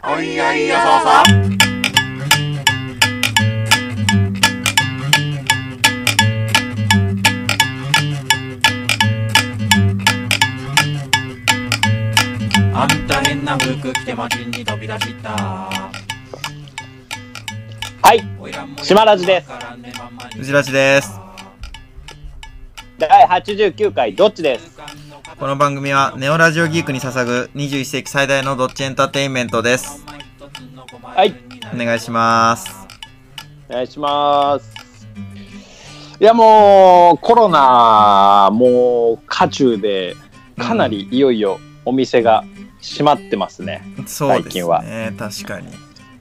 おいやいやそうそう。あんた変な服着て街に飛び出した。 はい、島ラジです。 藤ラジです。 第89回どっちです。 この番組はネオラジオギークに捧ぐ21世紀最大のどっちエンターテインメントです。 はい、 お願いします。 お願いします。いやもうコロナもう渦中でかなりいよいよお店が閉まってますね、 そうですね、 最近は。 確かに、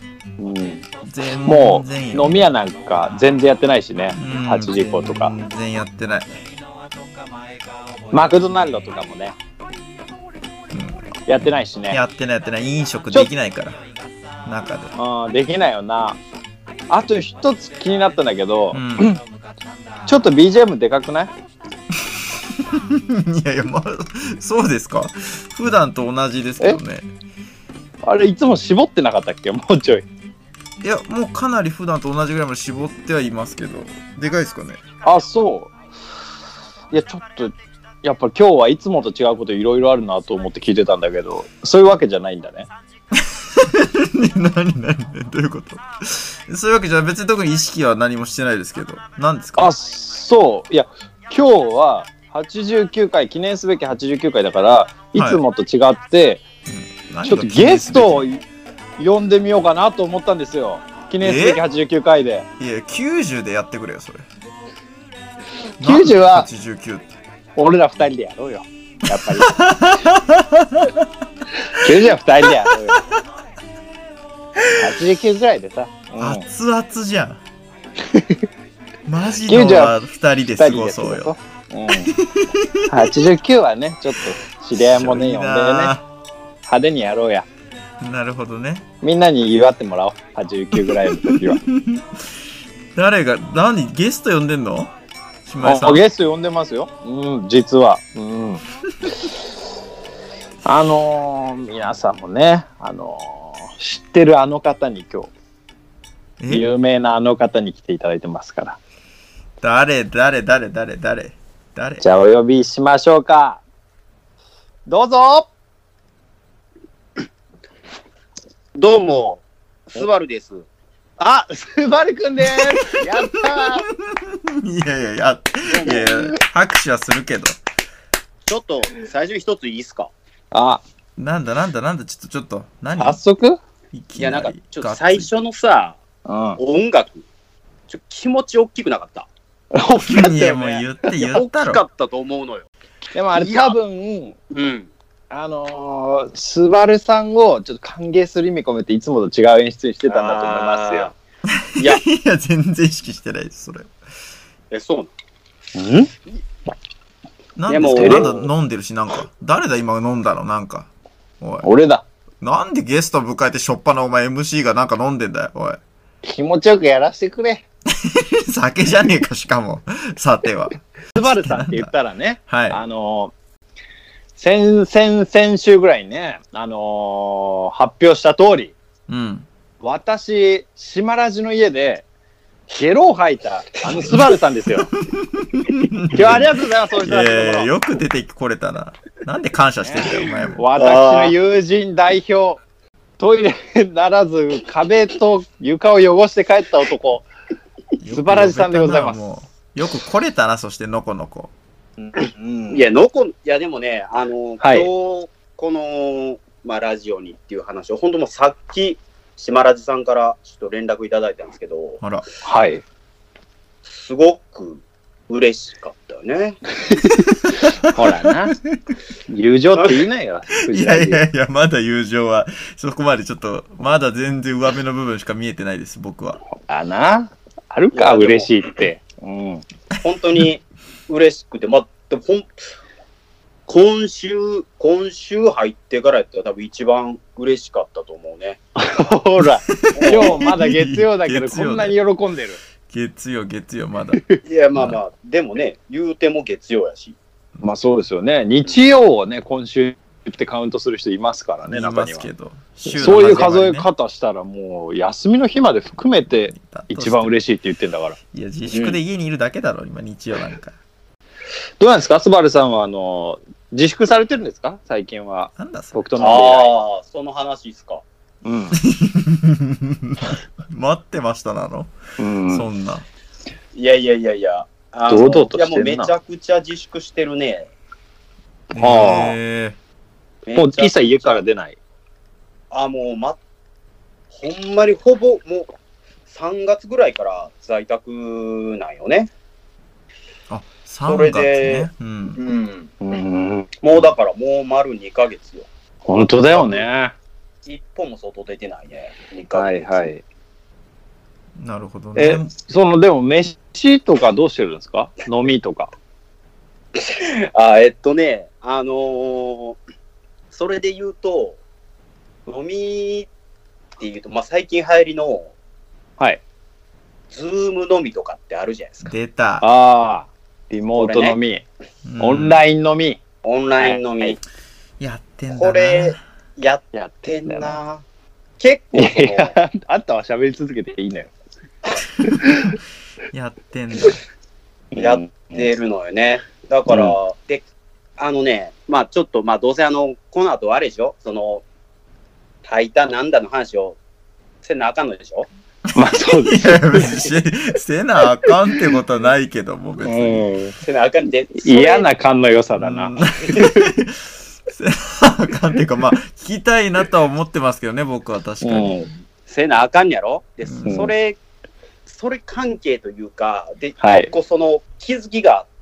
もう飲み屋なんか全然やってないしね、8時以降とか全然やってない。 マクドナルドとかもね、やってないしね。 やってない飲食できないから中で。 できないよな。あと一つ気になったんだけど、ちょっと BGM でかくない？ いやいや、まあそうですか。普段と同じですけどね。 あれいつも絞ってなかったっけ？もうちょい。 いや、もうかなり普段と同じぐらいまで絞ってはいますけど、でかいですかね。 あ、そう。いや、ちょっとやっぱ今日はいつもと違うこといろいろあるなと思って聞いてたんだけど、そういうわけじゃないんだね。 何どういうこと？そういうわけじゃ別に特に意識は何もしてないですけど、何ですか？ あ、そう。いや、今日は89回、記念すべき89回だから、いつもと違って、ちょっとゲストを呼んでみようかなと思ったんですよ。記念すべき89回で。 いや、90でやってくれよ、それ。 90は、 89って。 俺ら2人でやろうよ。やっぱり。90は2人でやろうよ。89ぐらいでさ。 熱々じゃん。マジのは2人で過ごそうよ。 89はね、ちょっと知り合いもね、呼んでね、派手にやろうや。 なるほどね。 みんなに祝ってもらおう、89ぐらいの時は。 誰が、ゲスト呼んでんの？島井さん。 ゲスト呼んでますよ。実は。皆さんもね、知ってるあの方に今日、有名なあの方に来ていただいてますから。 誰？じゃあお呼びしましょうか。どうぞ。 どうも、スバルです。 あ、スバルくんです。やったー。いや、拍手はするけど。 ちょっと、最初一ついいっすか？ なんだ、ちょっと、何？ 早速？ いや、なんか、ちょっと最初のさ、音楽、気持ち大きくなかった？ 大きかったよね。 いや、もう言ったろ。 大きかったと思うのよ。 でもあれ多分、スバルさんをちょっと歓迎する意味込めていつもと違う演出にしてたんだと思いますよ。 いや、全然意識してないです、それ。 そうなんですか？なんだ飲んでるし、なんか。誰だ今飲んだの？なんか。おい。 俺だ。 なんでゲスト迎えてしょっぱなお前 MC がなんか飲んでんだよ、おい。 気持ちよくやらせてくれ。 酒じゃねえか、しかも。さては。 スバルさんって言ったらね、 はい。 先週ぐらいにね、発表した通り、私、島ラジの家で、ゲロを吐いた、スバルさんですよ。今日はありがとうございます、そうしたら。 よく出てこれたな。なんで感謝してんだよ、お前も。 私の友人代表、トイレならず、壁と床を汚して帰った男、スバラジさんでございます。 よく来れたな、そしてのこのこ。 いや、でもね、今日、この、ラジオにっていう話を、本当もうさっき、島ラジさんからちょっと連絡いただいたんですけど、 はい。 すごく嬉しかったよね。 ほらな。友情って言いないよ。 いや、まだ友情は、そこまでちょっと、まだ全然上目の部分しか見えてないです、僕は。 あるか、嬉しいって。 本当に嬉しくて、今週入ってからやったら多分一番嬉しかったと思うね。 ほら、今日まだ月曜だけど、こんなに喜んでる。 月曜、まだ。 いや、でもね、言うても月曜やし。 そうですよね。日曜をね、今週ってカウントする人いますからね、 い中には。 ますけど。 そういう数え方したらもう休みの日まで含めて一番嬉しいって言ってんだから。 いや、自粛で家にいるだけだろ、今日曜なんか。 どうなんですか、スバルさんは自粛されてるんですか、最近は。 なんだそれ。 僕と飲んで以来。 ああ、その話ですか。 うん。 待ってましたなの、 うん、 そんな。 いやいやいやいや。 堂々としてんな。 いやもうめちゃくちゃ自粛してるね。 はあ。もう一切家から出ない。 ほんまにほぼもう3月ぐらいから在宅なんよね。 あ、3月ね。 もうだからもう丸2ヶ月よ。 本当だよね。 一歩も外出てないね。2ヶ月。 はいはい。 なるほどね。 でも飯とかどうしてるんですか、飲みとか。 それで言うと、飲みっていうと、最近流行りの、 はい。 ズーム飲みとかってあるじゃないですか。 出た。 ああ、リモート飲み、オンライン飲み。 オンライン飲み。 やってんだな。 これ、やってんな。結構。 あんたは喋り続けていいのよ。 やってんだ。 やってるのよね。だから、で、ちょっと、どうせこの後あれでしょ、吐いたなんだの話をせなあかんのでしょ。 まあそうです。 いや、別にせなあかんってことはないけども、別に。 せなあかんで。 嫌な勘の良さだな。 せなあかんっていうか、聞きたいなとは思ってますけどね、僕は確かに。 せなあかんやろで、それ関係というか、で、結構その気づきがあって、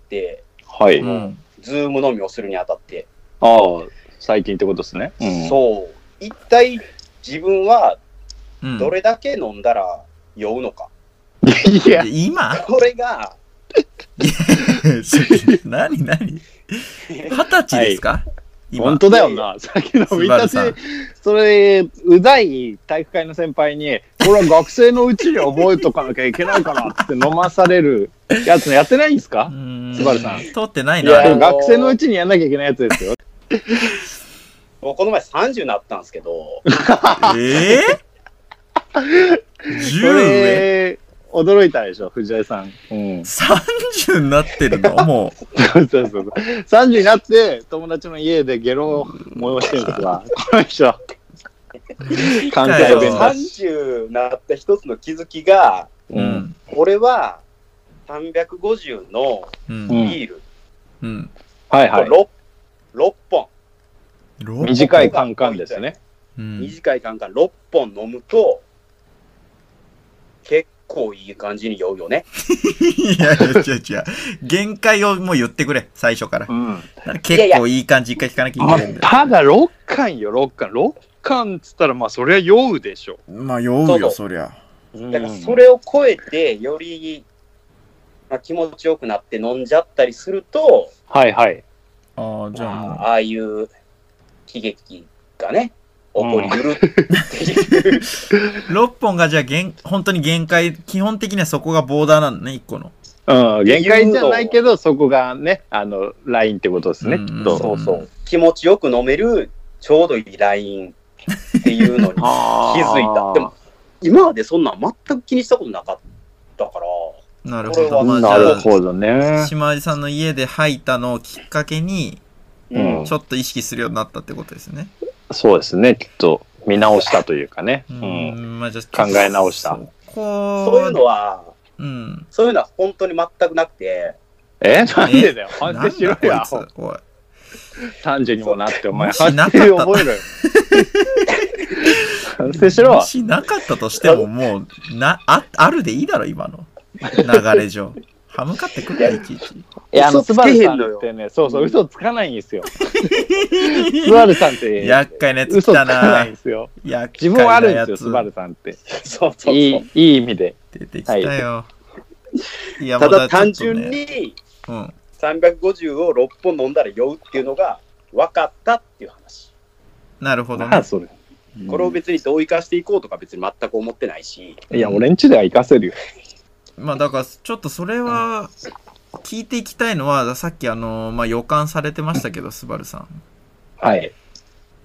はい。 ズーム飲みをするにあたって。 ああ、最近ってことですね。 そう。一体自分はどれだけ飲んだら酔うのか。 いや、今これが。 何 ?20 歳ですか、 本当だよな。さっきの見たて、それ、うざい体育会の先輩に、これは学生のうちに覚えとかなきゃいけないかなって飲まされるやつやってないんですか、スバルさん。 通ってないな。 学生のうちにやんなきゃいけないやつですよ。 もうこの前30になったんですけど。 10上驚いたでしょ、藤井さん。 30になってるのもう。そう。30になって、友達の家でゲロを催してるときは、この人、関西弁だ。 30になった一つの気づきが、俺は350のビール。 はいはい。 6本。 短いカンカンですね。 短いカンカン6本飲むと、結構いい感じに酔うよね。 いや、違う。限界をもう言ってくれ、最初から。結構いい感じ一回聞かなきゃいけないんだよ。 ただ6缶よ、6缶。6缶っつったら、そりゃ酔うでしょ。 酔うよ、そりゃ。 だからそれを超えて、より、気持ちよくなって飲んじゃったりすると、 はいはい。 じゃあもう。 ああいう悲劇がね、起こりうるっていう。 6本がじゃあ本当に限界、基本的にはそこがボーダーなのね、1個の。 限界じゃないけど、そこがね、ラインってことですね、きっと。 そう。気持ちよく飲める、ちょうどいいラインっていうのに気づいた。でも、今までそんなん全く気にしたことなかったから。 なるほど。 なるほどね。 島地さんの家で吐いたのをきっかけに、ちょっと意識するようになったってことですね。 そうですね、きっと見直したというかね。考え直した。 そういうのは本当に全くなくて。 なんでだよ、反省しろよ。30にもなって、お前、反省覚えろよ。反省しろ。 もしなかったとしても、もう、あるでいいだろ、今の流れ上。歯向かってくるからいちいち。 嘘つけへんのよ。そう嘘つかないんですよ。スバルさんって厄介なやつ嘘つかないんですよ。自分はあるんですよ、スバルさんって。そういい意味で出てきたよ。 ただ単純に350を6本飲んだら酔うっていうのが分かったっていう話。 なるほどね。 これを別にどう生かしていこうとか別に全く思ってないし。 いや、俺んちでは生かせるよ。 だからちょっとそれは聞いていきたいのは、さっき予感されてましたけど、スバルさん。 はい。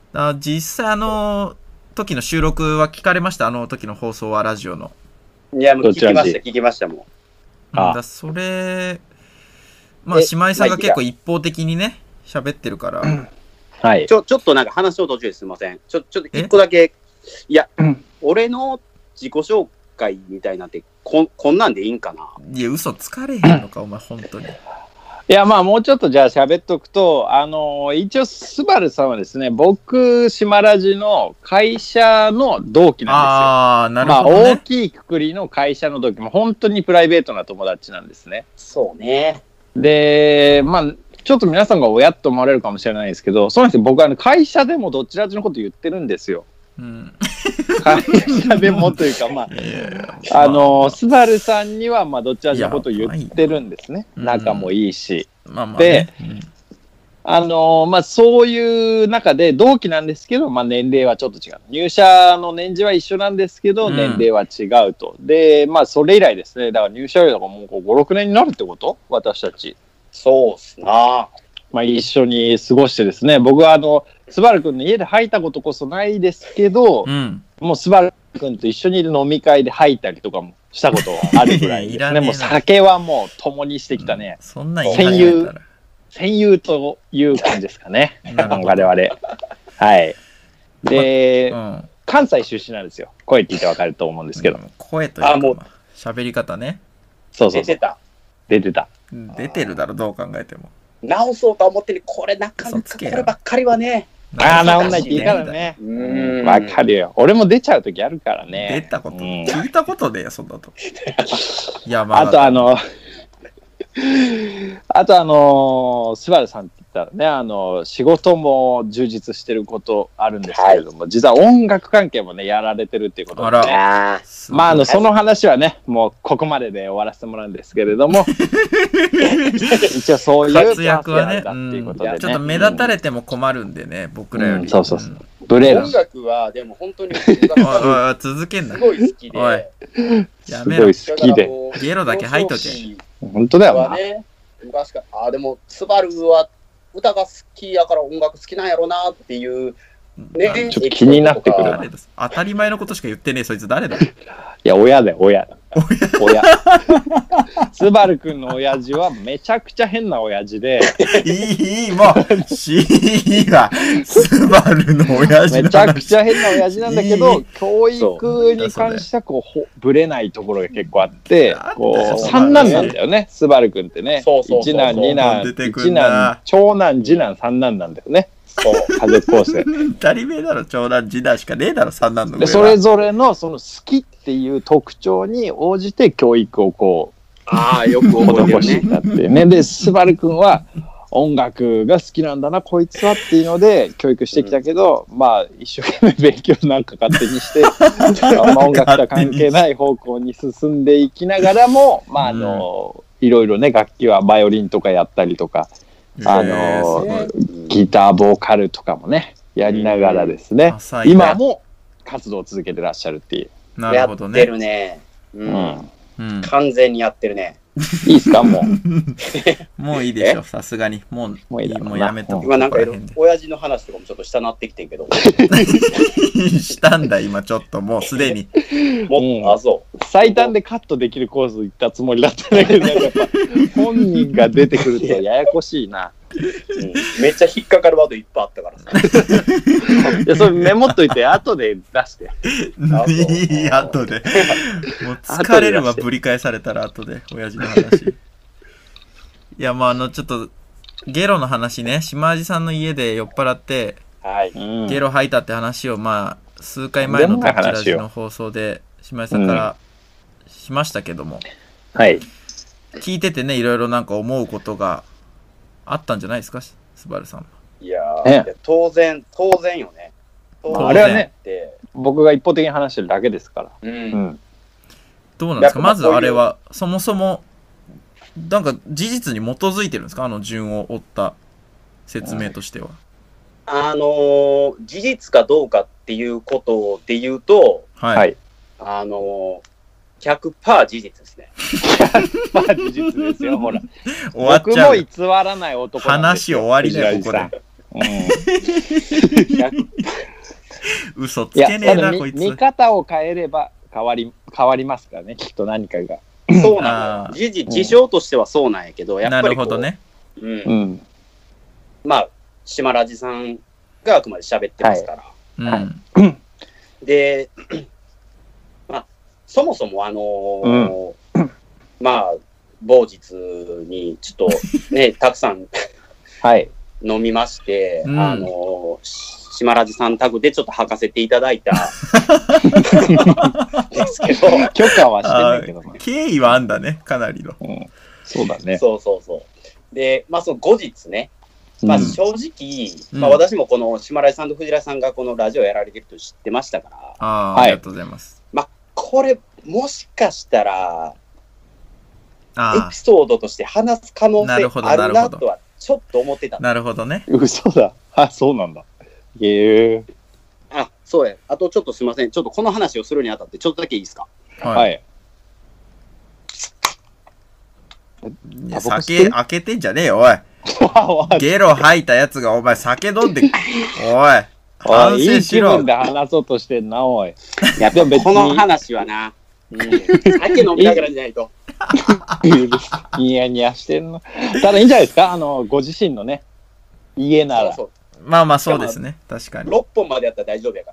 実際時の収録は聞かれました？あの時の放送はラジオの。 いや、もう聞きましたもん。 それ、まあ、姉妹さんが結構一方的にね、喋ってるから。 はい。 ちょっとなんか話の途中ですいません。ちょっと一個だけ、いや、俺の自己紹介みたいなんて、こんなんでいいんかな？ いや、嘘つかれへんのか、お前、本当に。 いや、まあ、もうちょっとじゃあ喋っとくと、一応、スバルさんはですね、僕、島ラジの会社の同期なんですよ。なるほど、ね。まあ、大きいくくりの会社の同期も、本当にプライベートな友達なんですね。 そうね。 で、まあ、ちょっと皆さんが親と思われるかもしれないですけど、そうなんですよ。僕は会社でもどちらのこと言ってるんですよ。うん、会社でもというか、まあ、スバルさんには、まあ、どちらのことを言ってるんですね。仲もいいし。で、まあ、そういう中で、同期なんですけど、まあ、年齢はちょっと違う。入社の年次は一緒なんですけど、年齢は違うと。で、まあ、それ以来ですね。だから入社よりもう5、6年になるってこと？私たち。 そうっすな。 まあ、一緒に過ごしてですね、僕はスバル君の家で吐いたことこそないですけど、もうスバル君と一緒にいる飲み会で吐いたりとかもしたことはあるぐらいですね。もう酒はもう共にしてきたね。 そんな戦友という感じですかね。我々。はい。で、関西出身なんですよ。声って言ってわかると思うんですけど。 声というか、喋り方ね。 そうそう。 出てた。 出てるだろ、どう考えても。 直そうと思ってる、これなかなかこればっかりはね。 直んないっていいからね。わかるよ。俺も出ちゃうときあるからね。 出たこと聞いたことでよ、そんなと。 いや、まあ。あとスバルさんって言ったらね、仕事も充実してることあるんですけれども、実は音楽関係もね、やられてるっていうことでね。まあ、その話はね、もうここまでで終わらせてもらうんですけれども、一応そういう活躍はね、 っていうことでね。 ちょっと目立たれても困るんでね、僕らより。 そう。ブレる。 音楽は、でも本当に、 続けんな。 すごい好きで。 やめろ。 すごい好きで。 ゲロだけ吐いとけ。 本当だよな。 昔から、でも、スバルは歌が好きやから音楽好きなんやろなっていう、 ね。ちょっと気になってくる。 当たり前のことしか言ってねえ、そいつ誰だ？ いや、親だよ、親。スバル君の親父はめちゃくちゃ変な親父で。 いい、もう、いいわ。スバルの親父めちゃくちゃ変な親父なんだけど、教育に関してはぶれないところが結構あって、三男なんだよね、スバル君ってね。一男、二男、長男、次男、三男なんだよね。家族構成。 当たり前だろ、長男、次男しかねえだろ、三男の上は。 それぞれのその好きっていう特徴に応じて教育をよく施してたっていうね。で、スバル君は音楽が好きなんだな、こいつはっていうので教育してきたけど、まあ一生懸命勉強なんか勝手にして、音楽とは関係ない方向に進んでいきながらも、まあいろいろね、楽器はバイオリンとかやったりとか、ギターボーカルとかもねやりながらですね、今も活動を続けてらっしゃるっていう。 なるほどね。 やってるね。完全にやってるね。 いいっすか？もういいでしょ、さすがに。もうやめとこう。 今なんか親父の話とかもちょっと下なってきてんけど。 したんだ今ちょっともうすでに。 そう最短でカットできるコース行ったつもりだったんだけど、やっぱ本人が出てくるとややこしいな。 めっちゃ引っかかるワードいっぱいあったからさ。 それメモっといて後で出して。 いい後で。もう疲れるわ、ぶり返されたら後で親父の話。いや、まあちょっとゲロの話ね、島地さんの家で酔っ払って、ゲロ吐いたって話をまあ数回前のどっちラジの放送で島地さんからしましたけども、聞いててね、いろいろなんか思うことがあったんじゃないですか、スバルさん。 いや当然よね。 あれはね、僕が一方的に話してるだけですから。 どうなんですか、まずあれはそもそもなんか事実に基づいてるんですか、順を追った説明としては。 事実かどうかっていうことで言うと、100% 事実ですね。 100% 事実ですよ、ほら。 終わっちゃう。 僕も偽らない男なんですよ。 話終わりだよ、これ。 うん。 嘘ついや、 けねえな、 ただこいつ。 見方を変えれば変わりますからね、きっと何かが。 そうなの。事象としてはそうなんやけど、やっなぱりこう。 るほどね。 うん。 うん。 まあ、島ラジさんがあくまで喋ってますから。 うん。 で、まあ、そもそもまあ、某日にちょっとね、たくさんはい。 飲みまして、 うん島ラジさんタグでちょっと履かせていただいたですけど。 許可はしてないけどな。 経緯はあんだね、かなりの。 うん。そうだね。 そうそうそう。で、まあ、その後日ね、まあ、正直、まあ、私もこの島ラジさんと藤原さんがこのラジオやられてると知ってましたから、 ありがとうございます。 まあ、これ、もしかしたら、エあピソードとして話す可能性あるなとはちょっと思ってた。 なるほどね。 嘘だ。あ、そうなんだ。 あ、そうや。あとちょっとすいません。ちょっとこの話をするにあたってちょっとだけいいですか？ はい。いや、酒開けてんじゃねえよ、おい。ゲロ吐いたやつがお前酒飲んで、おい。 反省しろ。いい気分で話そうとしてんな、おい。 やっぱこの話はな、酒飲みながらじゃないと。 ニヤニヤしてんの。ただいいんじゃないですか、ご自身のね、家なら。 まあまあそうですね、確かに。 6本までやったら大丈夫やから。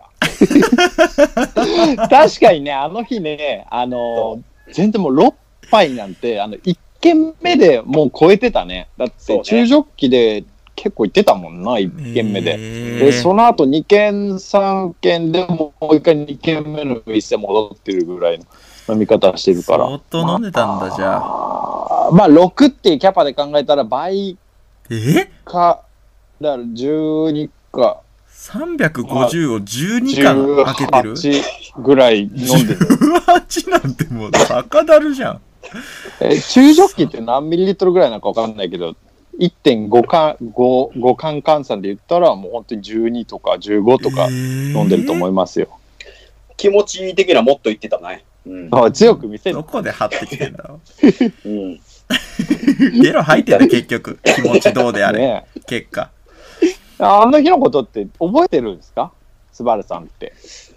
確かにね、あの日ね、全然もう6杯なんて、1軒目でもう超えてたね。だって、中ジョッキで結構行ってたもんな、1軒目で。で、その後2軒、3軒でもう1回2軒目の店戻ってるぐらいの飲み方してるから。 相当飲んでたんだ、じゃあ。 まあ、6っていうキャパで考えたら倍か、だから12か。 350を12か開けてる ?18 ぐらい飲んでる。 18なんてもう酒だるじゃん。 中ジョッキって何ミリリットルぐらいなのか分かんないけど、1.5 缶換算で言ったらもう本当に12とか15とか飲んでると思いますよ。 気持ち的にはもっと言ってたね。 強く見せる。 どこで張ってきてんだろう。ゲロ吐いてる結局。気持ちどうであれ。ね、結果。 あの日のことって覚えてるんですか、スバルさんって。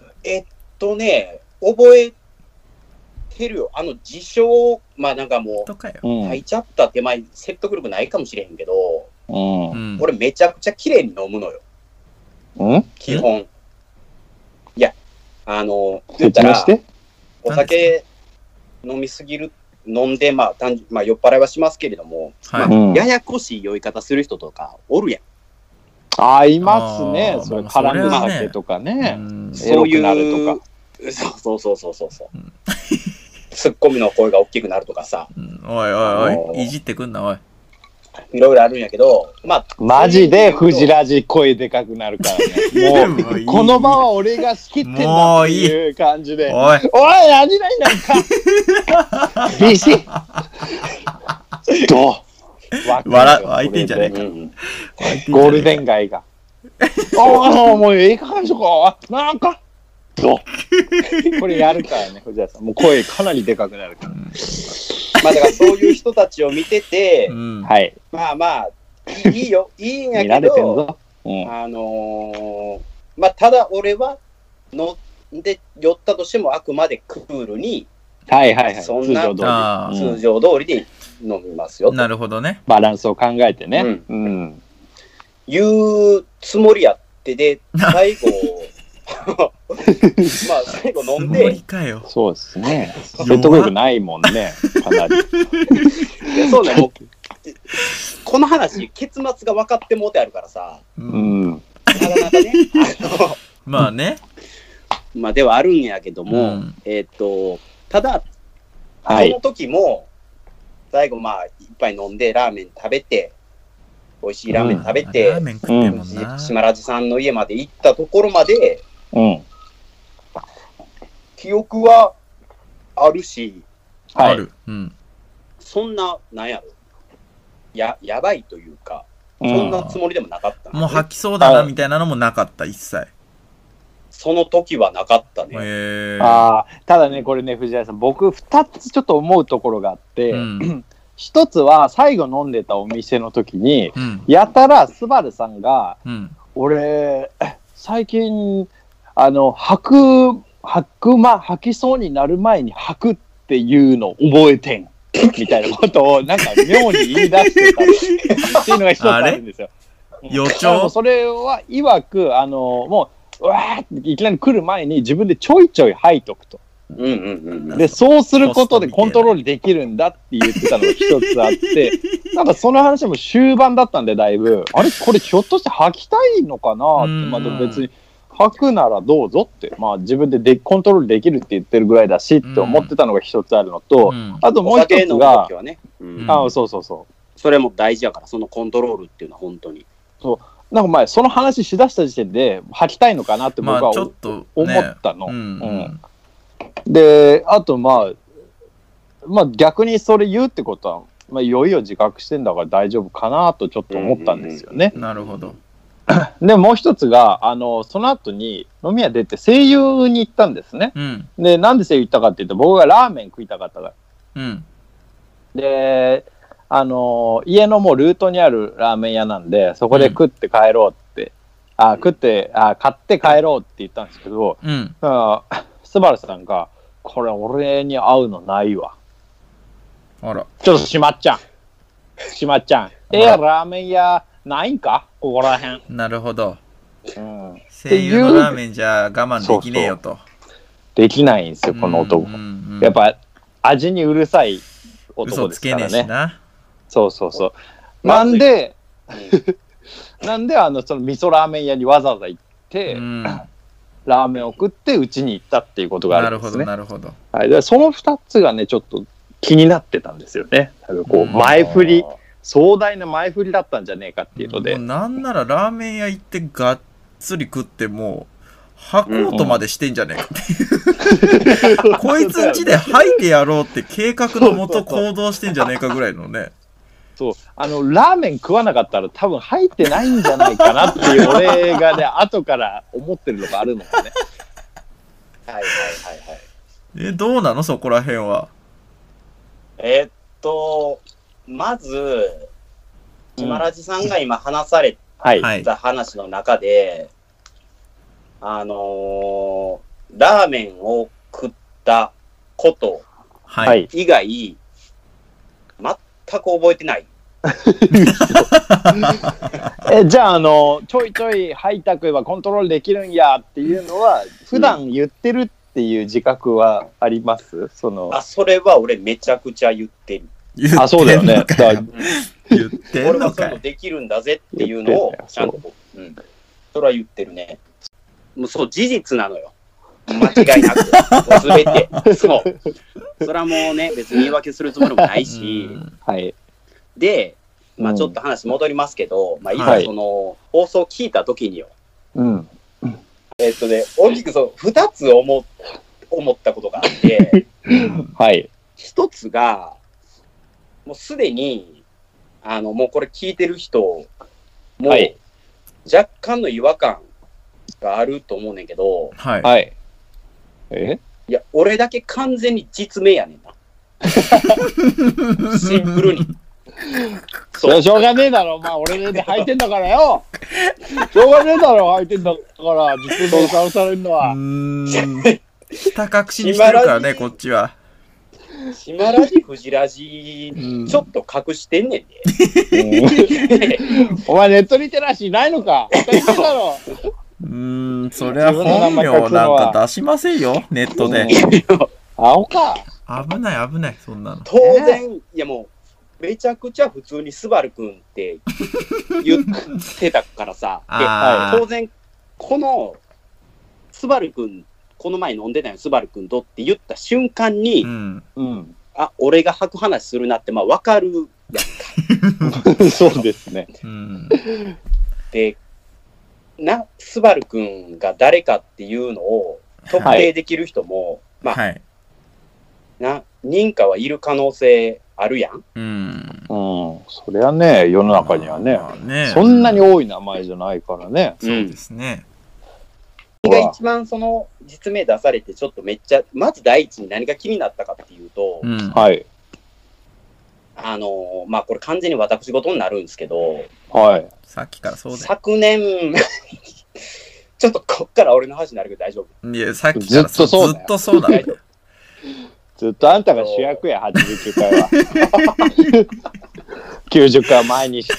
覚えてるよ。自称、まあなんかもう、吐いちゃった手前、説得力ないかもしれへんけど、俺めちゃくちゃ綺麗に飲むのよ。基本。いや、言ったら、お酒飲みすぎる、飲んで、まあ酔っ払いはしますけれども、ややこしい酔い方する人とかおるやん。 いますね。それ絡む酒とかね。 そういう、そう。ツッコミの声が大きくなるとかさ。 おいおいおい、いじってくんな、おい。 いろいろあるんやけど、まあ。 マジでフジラジ声でかくなるからね。もう、この場は俺が仕切ってんだっていう感じで。 おい、 何々なんか。ビシッどう開いてんじゃねえか。 ゴールデン街が。もうええかしょか。なんか。これやるからね、藤原さん。もう声かなりでかくなるから。 まあだからそういう人たちを見てて、 はい。 まあ、いいよ、いいんやけど、まあただ俺は飲んで酔ったとしてもあくまでクールに、そんな通常通りで飲みますよ。 なるほどね。 バランスを考えてね。 言うつもりやってで、最後、まあ最後飲んで。 そうですね。説得力ないもんね、かなり。 そうね、もう、この話、結末が分かってもうてあるからさ。なかなかね、 まあね。 まあではあるんやけども、ただ、その時も、最後まあ、一杯飲んで、ラーメン食べて、美味しいラーメン食べて、島ラジさんの家まで行ったところまで、記憶はあるし、そんな、なんやろ、やばいというか、そんなつもりでもなかった、 もう吐きそうだなみたいなのもなかった、一切。 その時はなかったね。 ただね、これね、藤原さん、僕、2つちょっと思うところがあって、 一つは最後飲んでたお店の時に、 うん。 やたらスバルさんが、 うん。 俺、最近、吐きそうになる前に吐くっていうの覚えてん。みたいなことを、なんか妙に言い出してたっていうのが一つあるんですよ。 予だからもう兆それは、曰く、もう、うわーっていきなり来る前に自分でちょいちょい吐いとくと。 うんうんうん。 で、そうすることでコントロールできるんだって言ってたのが一つあって、なんかその話も終盤だったんで、だいぶ、あれこれひょっとして吐きたいのかなって、まあでも別に、吐くならどうぞって、まあ自分でコントロールできるって言ってるぐらいだしって思ってたのが一つあるのと、あともう一つが、 ね、 そうそうそう。 それも大事やから、そのコントロールっていうのは本当に。 そう。なんか前、その話しだした時点で吐きたいのかなって僕は、 ちょっと、 思ったの。 うんで、あとまあ逆にそれ言うってことは、まあいよいよ自覚してんだから大丈夫かなとちょっと思ったんですよね。 なるほど。 で、もう一つが、その後に飲み屋出て声優に行ったんですね。 うん。 で、なんで声優行ったかっていうと、僕がラーメン食いたかったから。 うん。 で、家のもうルートにあるラーメン屋なんで、そこで食って帰ろうって、買って帰ろうって言ったんですけど、 うん。 スバルさんが、これ俺に合うのないわ。 あら。 ちょっとしまっちゃん。ラーメン屋ないんかここらへん。 なるほど。 うん、 声優のラーメンじゃ我慢できねえよと。 できないんですよ、この男。やっぱ味にうるさい男ですからね。 嘘つけねえしな。 そうそうそう。なんで、その味噌ラーメン屋にわざわざ行って、ラーメンを食ってうちに行ったっていうことがあるんですね。 なるほど。 はい、でその2つがね、ちょっと気になってたんですよね。こう前振り、壮大な前振りだったんじゃねえかっていうので。 なんならラーメン屋行ってがっつり食っても吐こうとまでしてんじゃねえかっていう。こいつんちで吐いてやろうって計画のもと行動してんじゃねえかぐらいのね。 そう、ラーメン食わなかったら多分入ってないんじゃないかなっていう俺がね、後から思ってるのがあるのがね。 はいはいはいはい。 どうなのそこら辺は。 まず、島ラジさんが今話された話の中で、ラーメンを食ったこと以外、全く覚えてない。 じゃあ、ちょいちょい吐いたくばコントロールできるんやっていうのは、普段言ってるっていう自覚はあります？ それは俺めちゃくちゃ言ってる。 そうだよね。 言ってんのかい。 俺もそういうのできるんだぜっていうのをちゃんと、それは言ってるね。もうそう事実なのよ。間違いなく。すべて。そう。それはもうね、別に言い訳するつもりもないし。 はい。 で、まあちょっと話戻りますけど、まあいざその、放送聞いたときによ。大きく2つ思ったことがあって、 はい。 1つが、もうすでに、もうこれ聞いてる人も、若干の違和感があると思うねんけど、 はい。 いや、俺だけ完全に実名やねんな。シンプルに。 しょうがねえだろ、まあ俺で履いてんだからよ。しょうがねえだろ、履いてんだから、実名さられるのは。 ひた隠しにしてるからね、こっちは。 島ラジ、藤ラジ、ちょっと隠してんねんで。 お前ネットリテラシーないのか？言ってだろ。 そりゃ本名なんか出しませんよ、ネットで。 青か。 危ない危ない、そんなの。 当然、いやもう、めちゃくちゃ普通にスバルくんって言ってたからさ。当然、この、スバルくん、この前飲んでたよ、スバルくんとって言った瞬間に、俺が吐く話するなって、まあ分かるやんか。そうですね。 で、スバルくんが誰かっていうのを特定できる人も、まあ、認可はいる可能性あるやん。 そりゃね、世の中にはね、そんなに多い名前じゃないからね。 そうですね。 が一番その実名出されてちょっとめっちゃまず第一に何が気になったかっていうと、 まあこれ完全に私事になるんですけど、 はい。 さっきからそうだよ。 昨年、ちょっとこっから俺の話になるけど大丈夫？ いや、さっきからずっとそうだよずっとそうなんだよ。 ずっとあんたが主役や、89回は。90回前にして。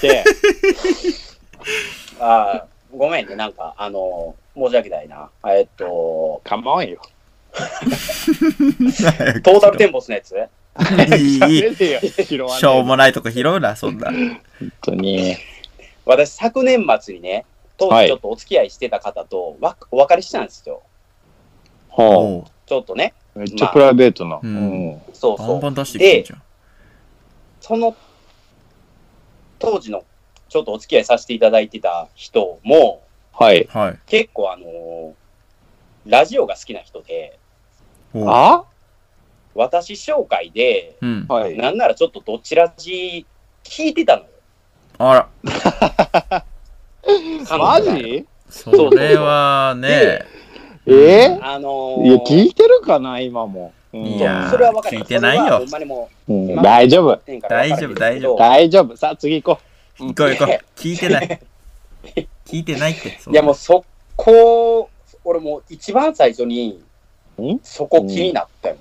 ごめんね、なんか、申し訳ないな。 構わんよ。 トータルテンボスのやついい。しょうもないとこ拾うな、そんな。 本当に。 私、昨年末にね、当時ちょっとお付き合いしてた方とお別れしたんですよ。 はあ。 ちょっとね。 めっちゃプライベートな。 そうそう。 バンバン出してきてんじゃん。 で、その当時のちょっとお付き合いさせていただいてた人も、 はい。 結構ラジオが好きな人で、私紹介で、なんならちょっとどちらじ聞いてたのよ。 あら。 マジ？ それはね。 いや、聞いてるかな、今も。 いや、 それは分かる。 聞いてないよ。 大丈夫。 大丈夫、大丈夫。 大丈夫。さあ、次行こう。行こう行こう。聞いてない。聞いてないって。 いや、もうそこ、俺もう一番最初に、そこ気になったよ。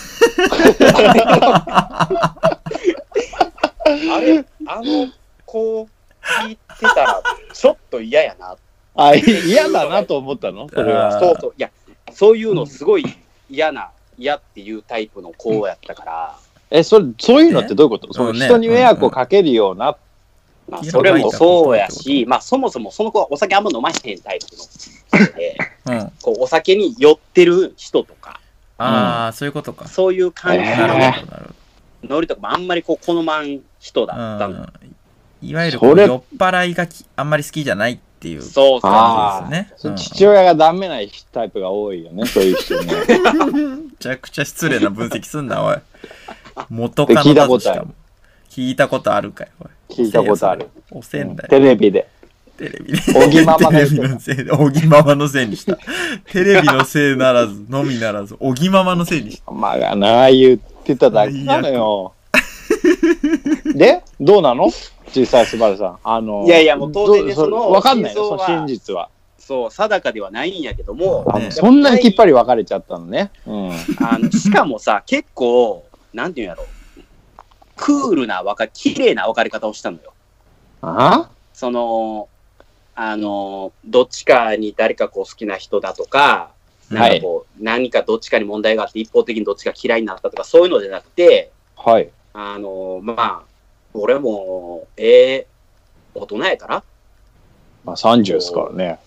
あれ、こう聞いてたら、ちょっと嫌やな。 嫌だなと思ったの？それは。 そうそう。いや、そういうのすごい嫌っていうタイプの子やったから。 そういうのってどういうこと？その人に迷惑をかけるような。 まあ、それもそうやし、まあ、そもそもその子はお酒あんま飲まへんタイプの人で、こうお酒に酔ってる人とか。 ああ、そういうことか。 そういう感じのノリとかもあんまりこう好まん人だったの。 いわゆる酔っ払いがあんまり好きじゃないっていう感じですね。父親がダメなタイプが多いよね、そういう人ね。 めちゃくちゃ失礼な分析すんな、おい。元カノだとしかも。聞いたことあるかい、おい。 聞いたことある。 おせんだよ。 テレビで。 おぎママがおぎママのせいにした。テレビのせいならず、のみならず、おぎママのせいにした。 ママがな、言ってただけなのよ。で、どうなの？小さいスバルさん。 いやいや、もう当然ね、 わかんないよ、真実は。 そう、定かではないんやけども。 そんなにきっぱり分かれちゃったのね。 しかもさ、結構、なんていうんやろ。クールな綺麗な別れ方をしたのよ。その、どっちかに誰かこう好きな人だとか、なんかこう、何かどっちかに問題があって一方的にどっちか嫌いになったとか、そういうのじゃなくて、まあ、俺も、大人やから。 まあ30ですからね。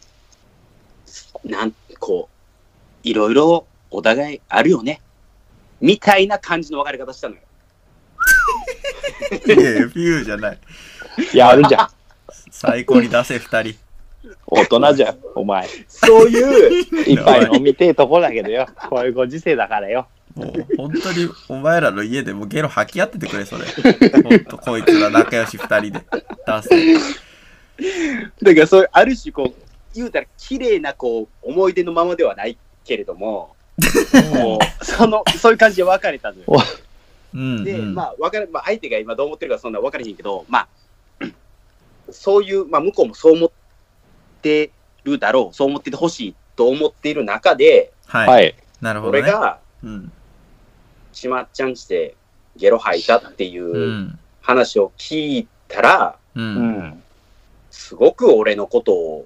こう、いろいろお互いあるよね。みたいな感じの別れ方したのよ。 いやいや、フューじゃない。 いや、あるじゃん。 最高に出せ、二人。 大人じゃん、お前。 そういう。 いっぱい飲みてえとこだけどよ。こういうご時世だからよ。 もう、本当に、お前らの家でもゲロ吐き合っててくれ、それ。ほんと、こいつら仲良し二人で。出せ。 だから、そういう、ある種、こう、言うたら、綺麗な、こう、思い出のままではないけれども、そういう感じで別れたのよ。で、まあ、相手が今どう思ってるかそんな分からへんけど、まあ、そういう、まあ、向こうもそう思ってるだろう、そう思っててほしいと思っている中で、 はい。なるほどね。 俺が、しまっちゃんちでゲロ吐いたっていう話を聞いたら、すごく俺のことを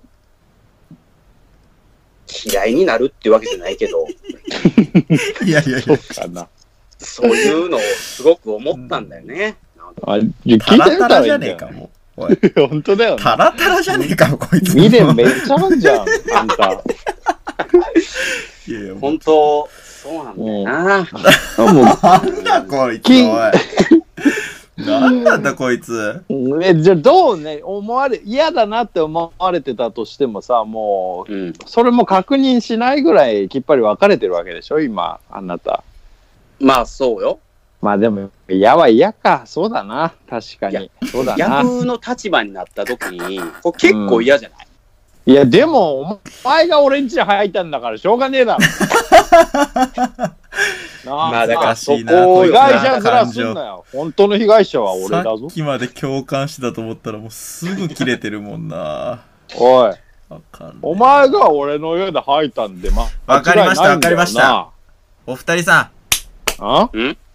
嫌いになるっていうわけじゃないけど、 いやいやいや、 そういうのをすごく思ったんだよね。 タラタラじゃねえか、もう。 本当だよね。 タラタラじゃねえか、こいつ。 未練めっちゃあるじゃん、あんた。 いやいや、 本当、そうなんだよな。 なんだこいつ、おい。なんなんだこいつ。 じゃあどうね、嫌だなって思われてたとしてもさ、もう、それも確認しないぐらいきっぱり分かれてるわけでしょ、今、あなた。 まあ、そうよ。 まあでも、嫌は嫌か。そうだな。確かに。そうだな。 逆の立場になった時に、これ結構嫌じゃない？ いや、でも、お前が俺ん家入ったんだからしょうがねえだろ。 まあだからそこ被を害者ずらすんなよ。本当の被害者は俺だぞさっ。きまで共感してたと思ったらもうすぐ切れてるもんな。 おい、 わかんない。 お前が俺の家で吐いたんで、 わかりました間違いないんだよなわかりました。お二人さん、 あ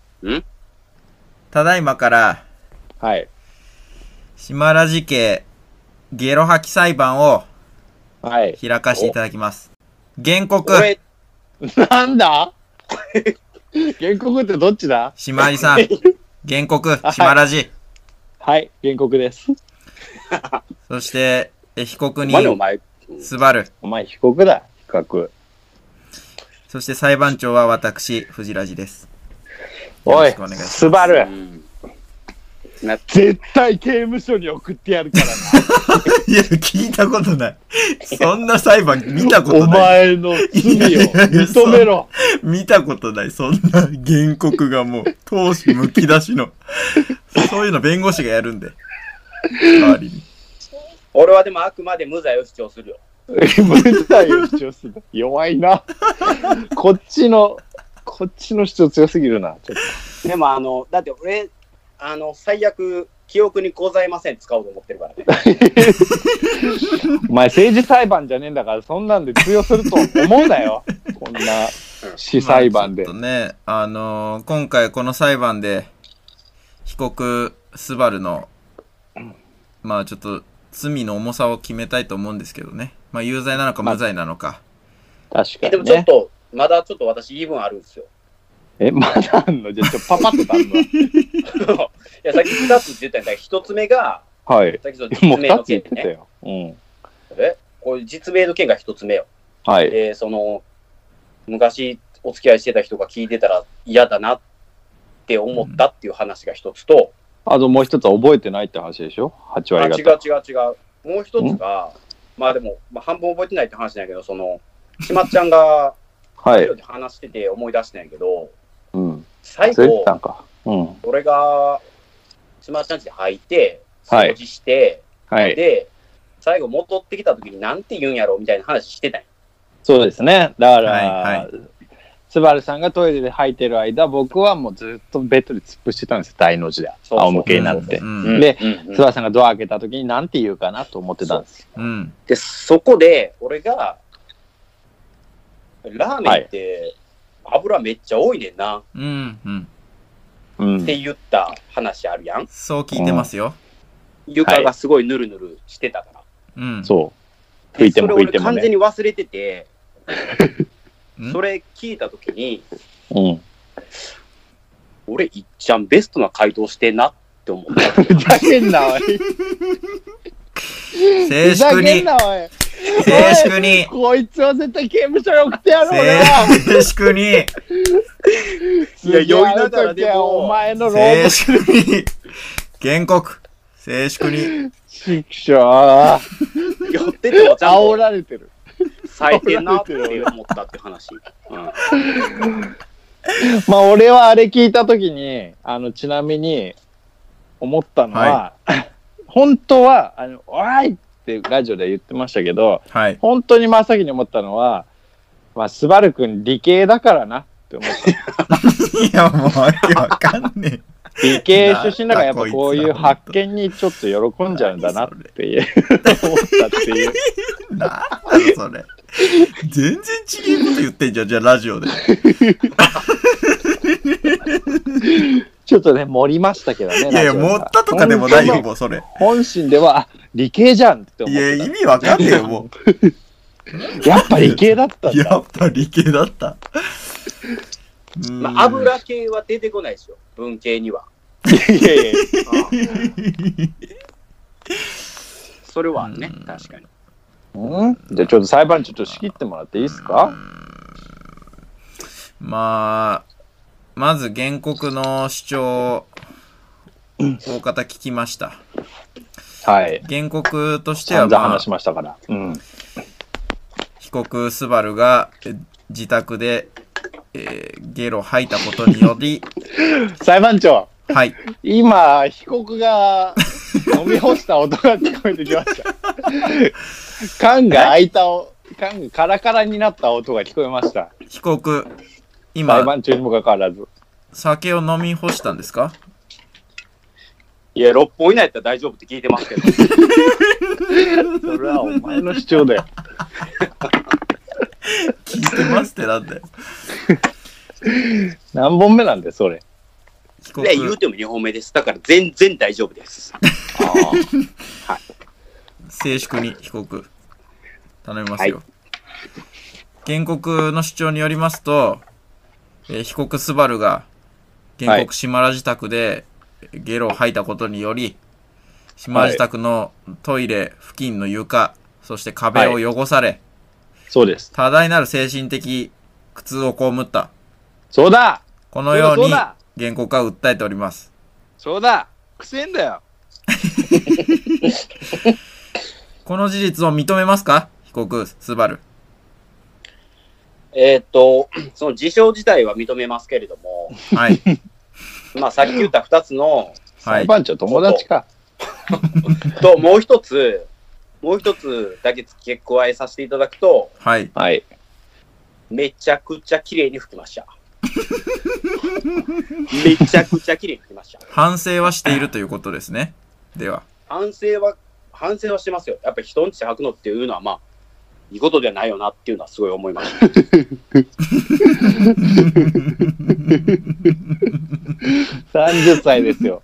ただいまから、 はい。 島ラジ家ゲロ吐き裁判をはい。 開かせていただきます。原告、 俺、 なんだ原告ってどっちだ？ 島ラジさん、原告、島ラジ、 はい、原告です。 そして、被告人、 お前、 スバル、 お前被告だ、被告。 そして裁判長は私、藤ラジです。よおいろしくお願いしま、す。 スバルう。ん絶対刑務所に送ってやるからな。 いや、聞いたことない。そんな裁判見たこおとない。 前の罪を認めろ。 見たことない。そんな原告がもう、闘志むき出しの。そういうの弁護士がやるんで。代わりに。 俺はでもあくまで無罪を主張するよ。 無罪を主張する。弱いな。こっちの主張強すぎるな。ちょっでもだって俺、最悪、記憶にございません使おうと思ってるからね。 お前政治裁判じゃねえんだからそんなんで通用すると思うなよ。こんな死裁判で。 まあちょっとね、今回この裁判で、被告、スバルの、まあちょっと、罪の重さを決めたいと思うんですけどね。まあ有罪なのか無罪なのか。 確かでもにね。 ちょっと、まだちょっと私言い分あるんですよ。 まだあんの？じゃあパパッとあんの？ いや、さっき2つって言ったんだけど、1つ目が、 はい。 さっきその実もう2 名の件つ言ってたね。 よ。うん。 こういう実名の件が1つ目よ。 はい。 で、昔お付き合いしてた人が聞いてたら嫌だなって思ったっていう話が1つと、 あともう一つは覚えてないって話でしょ？ 8割違う方。 違う違う。もう1つが、まあでも、半分覚えてないって話なんやけど、しまっちゃんが、 はいラジオ。で話してて思い出したんやけど、 うん。 最後忘れてた、んか。うん。 俺が、しまっちゃんちで履いて、 はい掃除して、 はい。 で、最後戻ってきた時になんて言うんやろみたいな話してたんや。 そうですね。だから、 はいはいスバルさんがトイレで吐いてる間、僕はもうずっとベッドで突っ伏してたんですよ。大の字で。 そうそう仰向けになってう。ん。 で、 うんスバルさんがドア開けた時に何て言うかなと思ってたんですよ。 うん。 で、そこで、俺が、ラーメンって油めっちゃ多いねんなうん。うん。 うん。 って言った話あるやん。 そう聞いてますよ。 床がすごいヌルヌルしてたから。 うん。 そう。拭いてもそれ俺拭いても完全にね。 忘れてて、 うんそれ聞いた時に、 うん。 俺いっちゃんベストな回答してんなって思った。 ふざけんな、おい。 静ふざ粛に、 けんな、おい。 静粛に、 こいつは絶対刑務所に送ってやる、俺は。 静粛に、 いや酔いながらでもお前の労静働粛に、原告、静粛に、 畜生。 酔っててもちゃん煽とられてる。 冴えてんなって思ったって話。 まあ俺はあれ聞いたときに、ちなみに思ったのは、本当は、おいってラジオで言ってましたけど、 はい。 本当に真っ先に思ったのは、まあ、スバル君理系だからなって思った。 いや、もうわけわかんね理系出身だからやっぱこういう発見にちょっと喜んじゃうんだなっていう思ったっていう。 え。なんだそれ。全然違うこと言ってんじゃん、じゃあラジオで。 ちょっとね、盛りましたけどね。 いやいや、 ラジオが持ったとかでもないよ、もうそれ。 本心では、あ理系じゃんって思いや、 って意味わかんねえよ、もた。やっぱ理系だったんう。やだっ。ぱ理系だった。 まあ、油系は出てこないですよ、文系には。 いやいやいや。 それはあるね、確かに。 じゃあちょっと裁判長ちょっと仕切ってもらっていいですか？ まあ、まず原告の主張を大方聞きました。 はい。 原告としては、まあ散々話し、ましたから。うん。 被告スバルが自宅で、ゲロ吐いたことにより、 裁判長、 はい。 今、被告が飲み干した音が聞こえてきました。缶が開いた、缶がカラカラになった音が聞こえました。 被告、 今、 番中にもかかわらず。 酒を飲み干したんですか？ いや、6本以内やったら大丈夫って聞いてますけど。 それはお前の主張だよ。 聞いてますってなんだよ。 何本目なんだよ、それ。 被告で、言うても2本目です。だから全然大丈夫です。 静粛に被告頼みますよ。原告の主張によりますと、被告スバルが原告島ラ自宅でゲロを吐いたことにより、島ラ自宅のトイレ付近の床、そして壁を汚され、 そうです。 多大なる精神的苦痛を被った。 そうだこのようにそうだ原告は訴えております。 そうだくせえんだよ。 この事実を認めますか？被告スバル。 その事象自体は認めますけれども、 はい。 まあさっき言った2つの、 はい裁。判長友達か。 と、もう一つだけ付け加えさせていただくと、 はい。 はい。 めちゃくちゃ綺麗に拭きました。めちゃくちゃ綺麗に拭きました。 反省はしているということですね。では。 反省はしてますよ。やっぱり人んち履くのっていうのはまあ、いいことではないよなっていうのはすごい思いました。 30歳ですよ。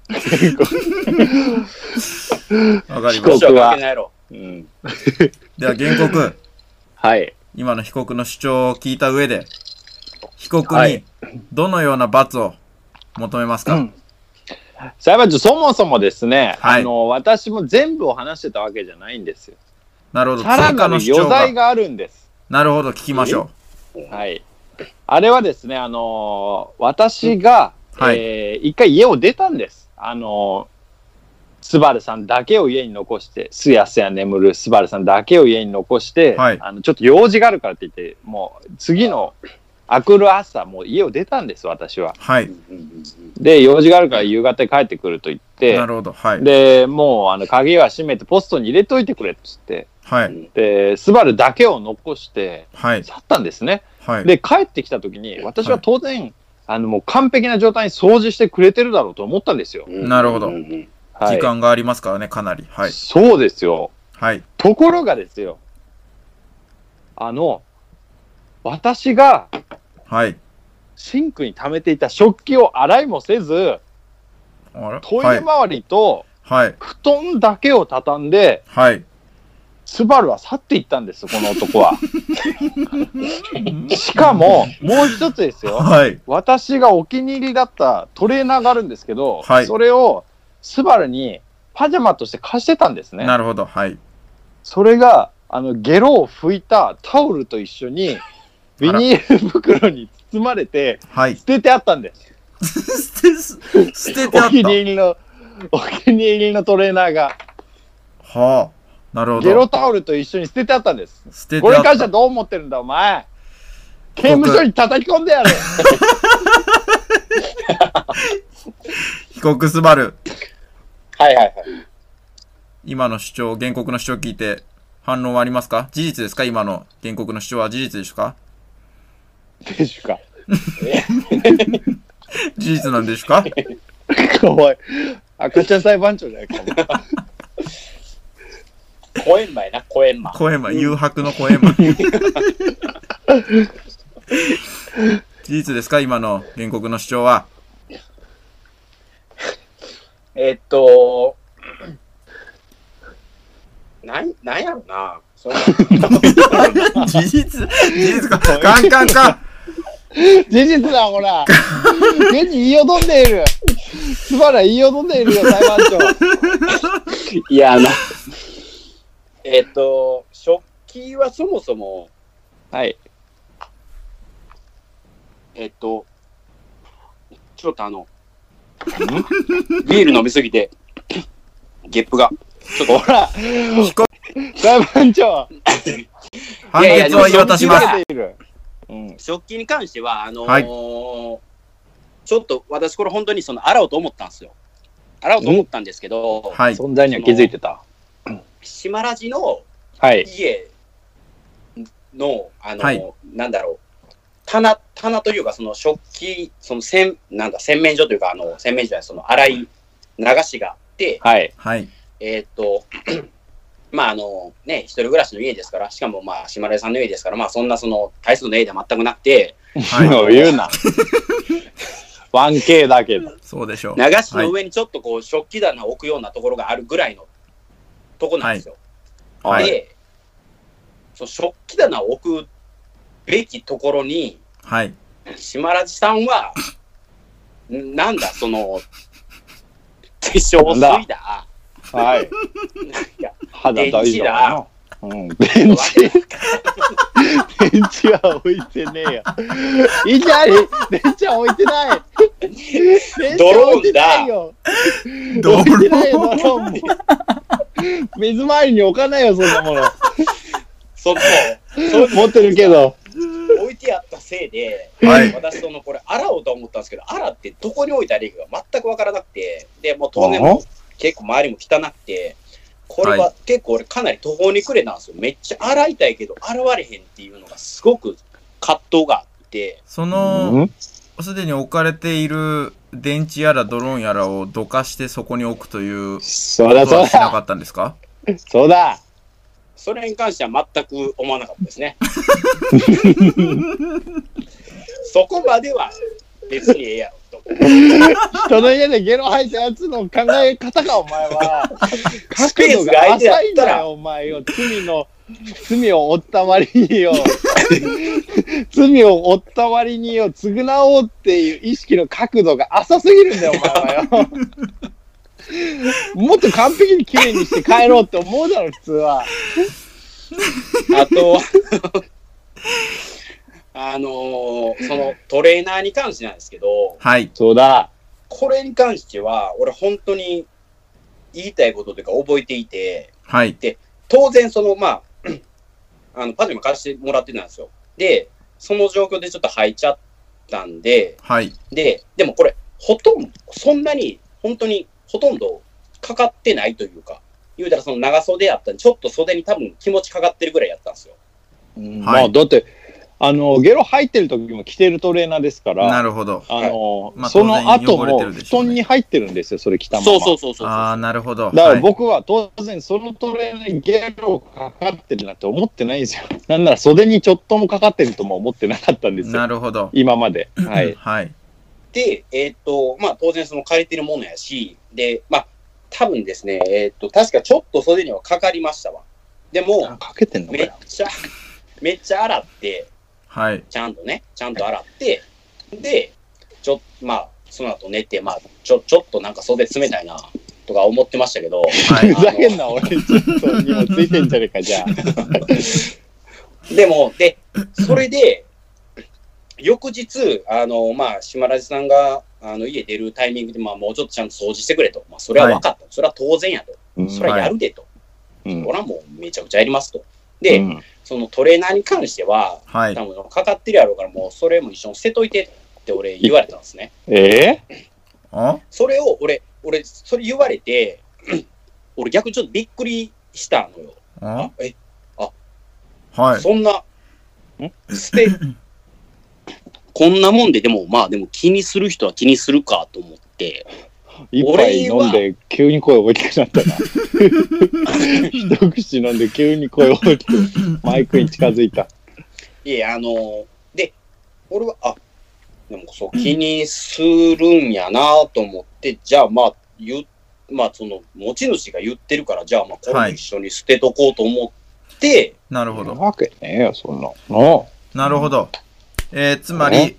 わかりまし被告は申し訳ないやろ。 うん。 た。では原告、 はい。 今の被告の主張を聞いた上で、被告にはいどのような罰を求めますか？ 裁判長、そもそもですね、 はい私も全部を話してたわけじゃないんですよ。 なるほど。 さらなる追加の主張余罪が。 があるんです。 なるほど、聞きましょはい。あれはですね、私が、 はい一回家を出たんです。スバルさんだけを家に残して、すやすや眠るスバルさんだけを家に残して、 はいちょっと用事があるからって言って、もう次の明くる朝、もう家を出たんです、私は。 う。はい。 で、用事があるから夕方帰ってくると言ってな、るほど。はい。 で、もう鍵は閉めてポストに入れといてくれって言って、 はい。 で、スバルだけを残してはい。 去ったんですね。 はい。 で、帰ってきた時に、私は当然、もう完璧な状態に掃除してくれてるだろうと思ったんですよ。 なるほどはい時間がありますからね、かなり。はい。 そうですよ。 はい。 ところがですよ、私がはい。 シンクに溜めていた食器を洗いもせず、 あらトイレ周りとはい。 布団だけを畳んで、 はい。 スバルは去っていったんです、この男は。しかも、もう一つですよ。 はい。 私がお気に入りだったトレーナーがあるんですけど、 はいそれをスバルにパジャマとして貸してたんですね。 なるほど。はい。 それが、ゲロを拭いたタオルと一緒に、ビニール袋に包まれて、 はい。 捨ててあったんです。 捨ててあっお気に入りのトレーナーが、 た。はあ。なるほど。 ゲロタオルと一緒に捨ててあったんです。 捨ててこれあった。 に関してはどう思ってるんだ、お前。刑務所に叩き込んでやる。 被告スバル。 はいはいはい。 今の主張、原告の主張を聞いて反論はありますか？事実ですか？今の原告の主張は事実ですか？ でしゅか。 事実なんですか？ かわいい。赤ちゃん裁判長じゃないか。 コエンマやな、コエンマ。 声マ、誘白の声マ。事実ですか？今の原告の主張は。 なんやろな。それ事実か。カンカンか。 事実だ、ほら。現に言いよどんでいる。スバルは言いよどんでいるよ、裁判長。 いや、食器はそもそも、 はい。 ちょっとビール飲みすぎて、ゲップが。ちょっとほら、裁判長。 判決を言い渡します。 食器に関している。 食器に関しては、 はいちょっと私これ本当に洗おうと思ったんですよ。洗おうと思ったんですけど、 はい。 存在には気づいてた。 島ラジのはい。 家の、 はいなんだろう、 棚というか、その食器、その洗面所というか、洗面所じゃない、その洗い流しがあって、 はい。 はい。 まあね、一人暮らしの家ですから、しかもまあ、島根さんの家ですから、まあそんな大数の家では全くなくて、 はい、言うな。1K だけど。 そうでしょう。 流しの上にちょっとこう、食器棚を置くようなところがあるぐらいのとこなんですよ。 はい、 で、その食器棚を置くべきところに、 はい。 島ラジさんは、なんだ、その、化粧水だ。 はい。肌大丈夫だ。うん。電池は置いてねえよ。いきなり電池は置いてない。 ドローンだ。 置いてないよ、ドローンも。水回りに置かないよ、そんなもの。 そう持ってるけど。 置いてあったせいで、 はい、 私これ洗おうと思ったんですけど、洗ってどこに置いたらいいかが全く分からなくて、でもう当然も結構周りも汚くて、これは結構俺かなり途方に暮れたんですよ。めっちゃ洗いたいけど洗われへんっていうのがすごく葛藤があって、 すでに置かれている電池やらドローンやらをどかしてそこに置くということはしなかったんですか？ そうだ。 それに関しては全く思わなかったですね。そこまでは別にええやろと。 人の家でゲロ吐いたやつの考え方か、お前は。 スペースが浅いんだよ、お前よ。罪を負った割によ。罪を負った割によ、償おうっていう意識の角度が浅すぎるんだよ、お前はよ。もっと完璧に綺麗にして帰ろうって思うだろ、普通は。 あと、そのトレーナーに関してなんですけど、 はい。 そうだ。 これに関しては、俺本当に言いたいことというか覚えていて、 はい。 で、当然パジャマ貸してもらってたんですよ。で、その状況でちょっと履いちゃったんで、 はい。 でもこれ、そんなに、本当にほとんどかかってないというか、言うたらその長袖やったんで、ちょっと袖に多分気持ちかかってるぐらいやったんですよ。 まあ、だって、ゲロ入ってる時も着てるトレーナーですから、 なるほど。 その後も布団に入ってるんですよ、それ着たまま。 そう。 ああ、なるほど。 だから僕は当然そのトレーナーにゲロかかってるなんて思ってないんですよ。なんなら袖にちょっともかかってるとも思ってなかったんですよ。 なるほど。 今まで。はい。 はい。 で、当然その借りてるものやし、で、多分ですね、確かちょっと袖にはかかりましたわ。でも、 かけてんのかよ。 めっちゃ洗って、 はい。 ちゃんと洗って、で、その後寝て、ちょっとなんか袖冷たいな、とか思ってましたけど。 はい、ふざけんな、俺、ちょっとにもついてんじゃねえか、じゃあ。 で、それで、翌日、島ラジさんが、家出るタイミングで、もうちょっとちゃんと掃除してくれと。それは分かった。それは当然やと。それはやるでと。俺はもうめちゃくちゃやりますと。で、そのトレーナーに関しては、多分かかってるやろうから、もうそれも一緒に捨てといてって俺言われたんですね。それを俺、それ言われて、俺逆にちょっとびっくりしたのよ。 はい。 そんな、こんなもんで、でも気にする人は気にするかと思って、 一杯飲んで急に声大きくなったな。一口飲んで急に声大きくマイクに近づいた。 いや、で、俺は、でもそう気にするんやなと思って、じゃあその持ち主が言ってるから、じゃあこれ一緒に捨てとこうと思って、 なるほど。 わけねえよ、そんなの。 なるほど。つまり、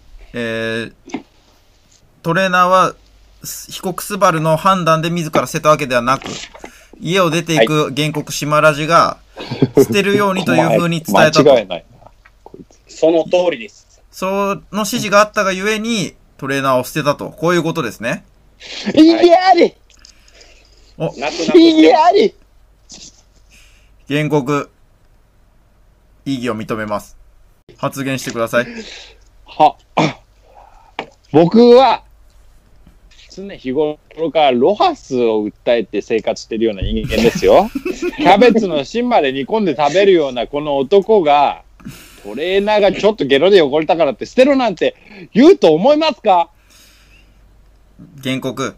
トレーナーは被告スバルの判断で自ら捨てたわけではなく、家を出ていく原告島ラジが捨てるようにというふうに伝えたと。 間違いないな。 その通りです。 その指示があったがゆえにトレーナーを捨てたと。こういうことですね。 いやりいやり原告、異議を認めます。発言してください。 僕は常日頃からロハスを訴えて生活してるような人間ですよ。キャベツの芯まで煮込んで食べるようなこの男がトレーナーがちょっとゲロで汚れたからって捨てろなんて言うと思いますか？ 原告。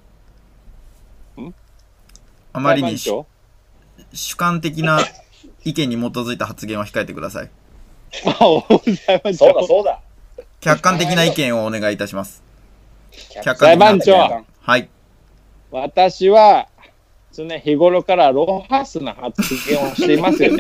あまりに裁判主観的な意見に基づいた発言は控えてください。 裁判長。 そうだそうだ。 客観的な意見をお願いいたします。客裁観的な判長。 はい。 私は常日頃からロハスな発言をしていますよね。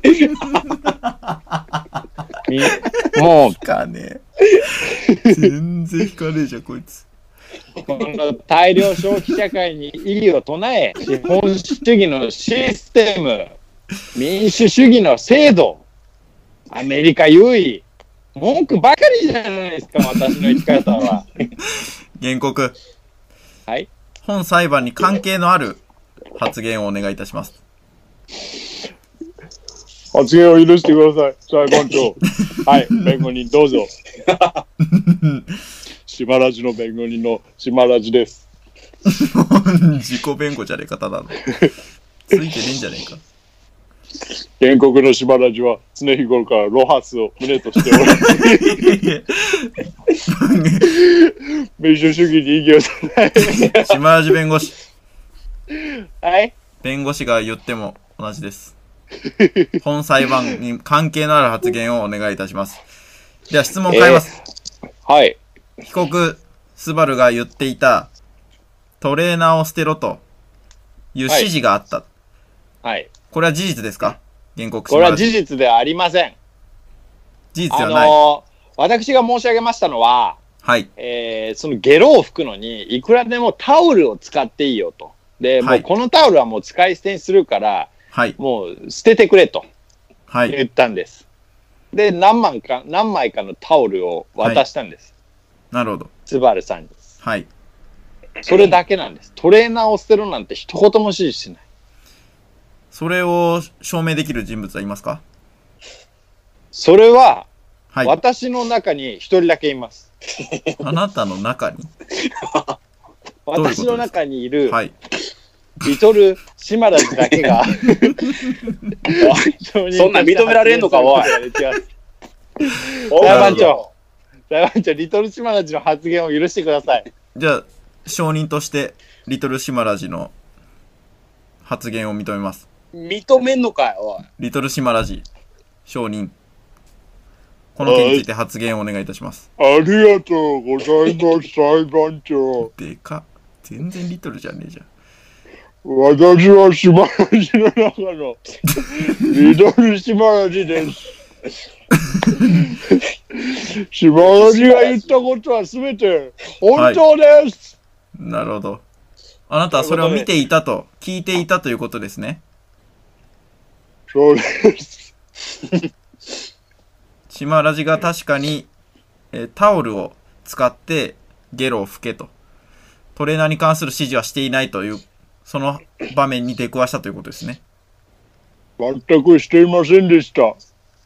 もう引かねえ。全然引かねえじゃん、こいつ。 この大量消費社会に異議を唱え、資本主義のシステム、民主主義の制度、アメリカ優位、文句ばかりじゃないですか、私の生き方は。 原告。 はい。 本裁判に関係のある発言をお願いいたします。 発言を許してください、裁判長。はい、弁護人どうぞ。島ラジの弁護人の島ラジです。 自己弁護じゃねえか、ただの。ついてねえんじゃねえか。 原告の島ラジは常日頃からロハスを旨としており、民主主義に異議を唱え。 島ラジ弁護士。 はい。 弁護士が言っても同じです。本裁判に関係のある発言をお願いいたします。では質問を変えます。 はい。 被告、スバルが言っていたトレーナーを捨てろという指示があった。 はい。 これは事実ですか？原告。 これは事実ではありません。 事実ではない。 私が申し上げましたのは、 はい。 そのゲロを拭くのにいくらでもタオルを使っていいよと。で、 はい、 もうこのタオルはもう使い捨てにするから、 はい、 もう捨ててくれと言ったんです。 はい、 で、何枚かのタオルを渡したんです。 はい、なるほど。 スバルさんに。 はい。 それだけなんです。トレーナーを捨てろなんて一言も指示しない。 それを証明できる人物はいますか？ それは、 はい、 私の中に一人だけいます。 あなたの中に私の中にいる、 はい、 リトルシマラジだけがそんな認められんのか、おい。 裁判長、リトルシマラジの発言を許してください。 じゃあ、証人としてリトルシマラジの発言を認めます。 認めんのかよ、おい。 リトルシマラジ証人、この件について発言をお願いいたします。 ありがとうございます、裁判長。 でかっ。全然リトルじゃねえじゃん。 私は島ラジの中のリトル島ラジです。島ラジが言ったことはすべて本当です、 はい。なるほど。あなたはそれを見ていたと、聞いていたということですね。 そうです。 島ラジが確かに、タオルを使ってゲロを拭けと。トレーナーに関する指示はしていないという、その場面に出くわしたということですね。 全くしていませんでした。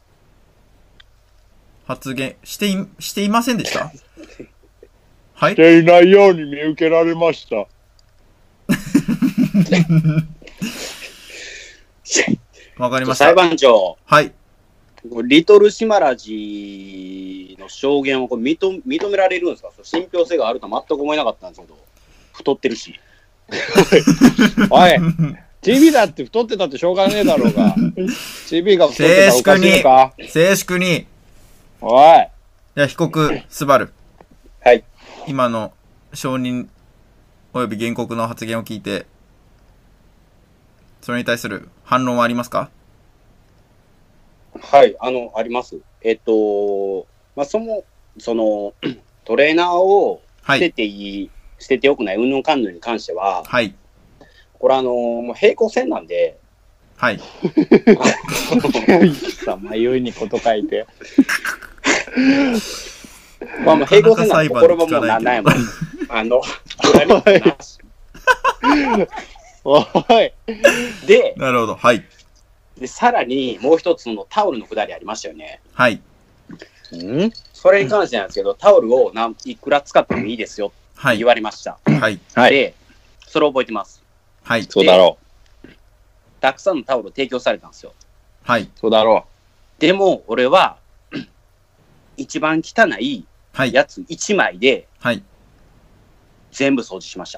発言していませんでした。はい。 していないように見受けられました。 わかりました。 裁判長。 はい。 リトルシマラジの証言を認められるんですか？信憑性があるとは全く思えなかったんですけど、太ってるし。おい、TV だって太ってたってしょうがねえだろうが。TV が太ってたらおかしいのか？ 静粛に。 おい。 じゃあ被告、スバル。 はい。 今の証人および原告の発言を聞いて、それに対する反論はありますか？ はい、あります。まあ、その、トレーナーを捨てていい、捨ててよくない、うんぬんかんぬんに関しては、 はい。 これもう平行線なんで、 はい。 さ、迷いにこと書いて。 まあ、もう平行線なんで、これももうなんやもん。 おい。 で、 なるほど。はい。 で、さらにもう一つのタオルのくだりありましたよね。 はい。 それに関してなんですけど、タオルをいくら使ってもいいですよって言われました。 はい。 で、それを覚えてます。 はい。 そうだろう。たくさんのタオルを提供されたんですよ。 はい。 そうだろう。でも、俺は、 一番汚いはい。 やつ1枚ではい。 全部掃除しました。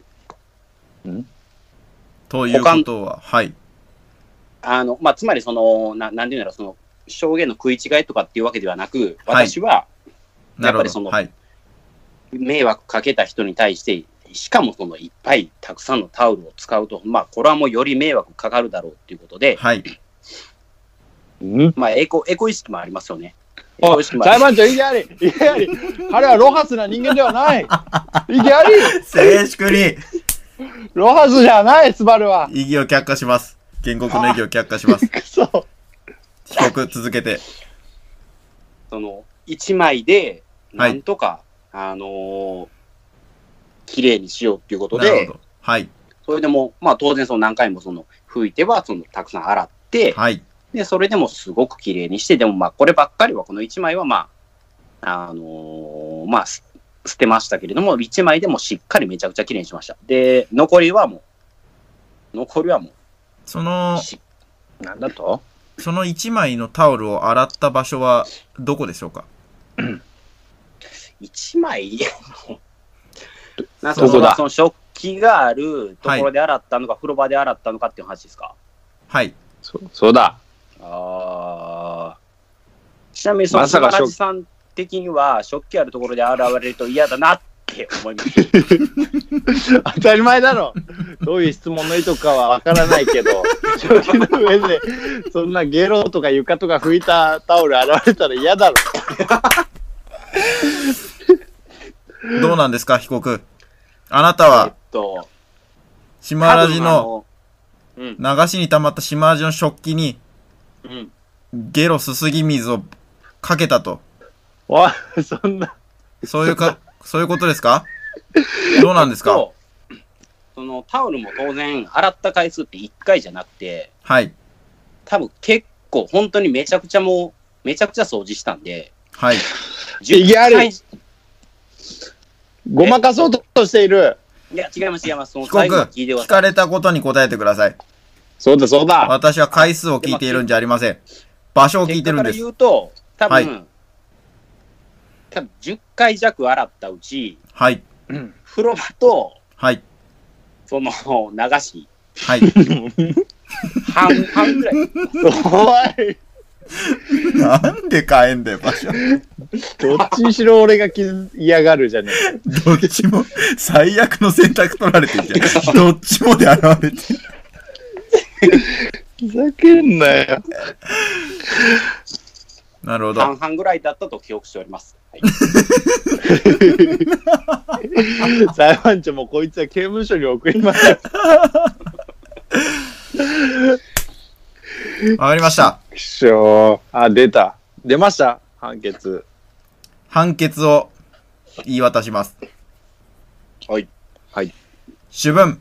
ということは、はい。 まあ、つまりなんていうんだろう、証言の食い違いとかっていうわけではなく、 はい私は、 なるほど。はい。 迷惑かけた人に対して、しかもいっぱいたくさんのタオルを使うと、まあ、これはもうより迷惑かかるだろうっていうことで、 はい。 まあ、エコ意識もありますよね。 裁判長、意義あり意義あり彼はロハスな人間ではない意義あり静粛にロハスじゃない、スバルは。 異議を却下します。原告の異議を却下します。 くそ。 被告続けて。 1枚で、なんとか、綺麗にしようっていうことで、 なるほど。はい。 それでも、まあ当然何回も拭いては、たくさん洗って、 はい。 で、それでもすごく綺麗にして、でもまあこればっかりはこの1枚はまあ、まあ捨てましたけれども、1枚でもしっかりめちゃくちゃ綺麗にしました。で、残りはもう、 なんだとその1枚のタオルを洗った場所はどこでしょうか ？1枚なんどこだ？ その食器があるところで洗ったのか、風呂場で洗ったのかっていう話ですか？ はい。 そうだ。 ちなみにその島ラジさん的には食器あるところで洗われると嫌だなって思います。 当たり前だろ。どういう質問の意図かはわからないけど、食器の上でそんなゲロとか床とか拭いたタオル洗われたら嫌だろ。 どうなんですか、被告。あなたは、島ラジの流しに溜まった島ラジの食器に、ゲロすすぎ水をかけたと。 そんな。 そういうことですか？どうなんですか？ タオルも当然洗った回数って1回じゃなくて、 はい。 多分結構本当にめちゃくちゃ掃除したんで、 はい。 意義あり。ごまかそうとしている。 いや、違います。 被告、聞かれたことに答えてください。 そうだ。 私は回数を聞いているんじゃありません。場所を聞いてるんです。 結果から言うと、多分10回弱洗ったうち、 はい。 風呂場と、 はい。 流し、 はい。 半ぐらい。 おい。 なんで変えんだよ、場所。 どっちにしろ俺が嫌がるじゃねえか。 どっちも最悪の選択取られてるじゃん。どっちもで現れてる。 ふざけんなよ。 なるほど。 半々ぐらいだったと記憶しております。はい、 裁判長もこいつは刑務所に送ります。 わかりました。 出ました判決。 判決を言い渡します。 はい。 主文。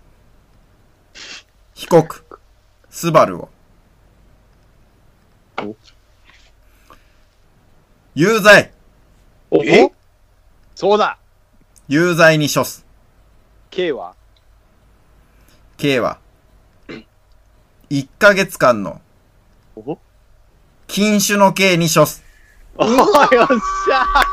被告。スバルを。有罪。 そうだ。 有罪に処す。 刑は 1ヶ月間の禁酒の刑に処す。 およっし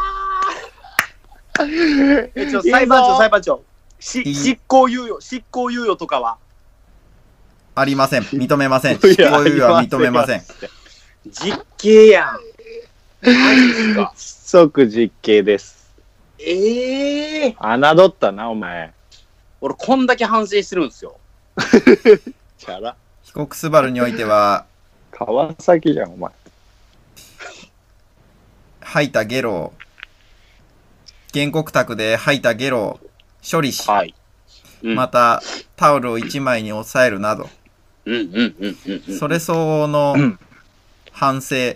ゃ裁判長。執行猶予とかはありません。認めません。執行猶予は認めません。 実刑やん。何ですか？ 即実刑です。 侮ったな、お前。 俺、こんだけ反省してるんですよ。 チャラ。 被告スバルにおいては、 川崎じゃん、お前。 吐いたゲロを、原告宅で吐いたゲロを処理し、またタオルを1枚に抑えるなど、それ相応の反省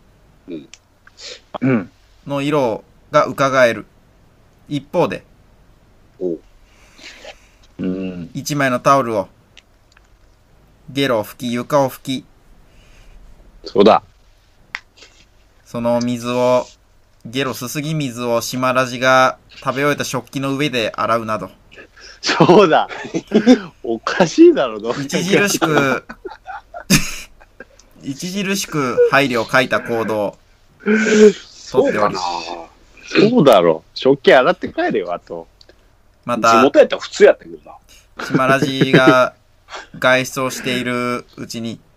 の色が伺える。一方で、1枚のタオルを、ゲロを拭き、床を拭き、 そうだ。 その水を、ゲロすすぎ水を島ラジが食べ終えた食器の上で洗うなど。 そうだ。おかしいだろ、 著しく配慮を欠いた行動。 そうかな。 そうだろう。食器洗って帰れよ、あと。 地また、 元やったら普通やったけどな。 島ラジが外出をしているうちに、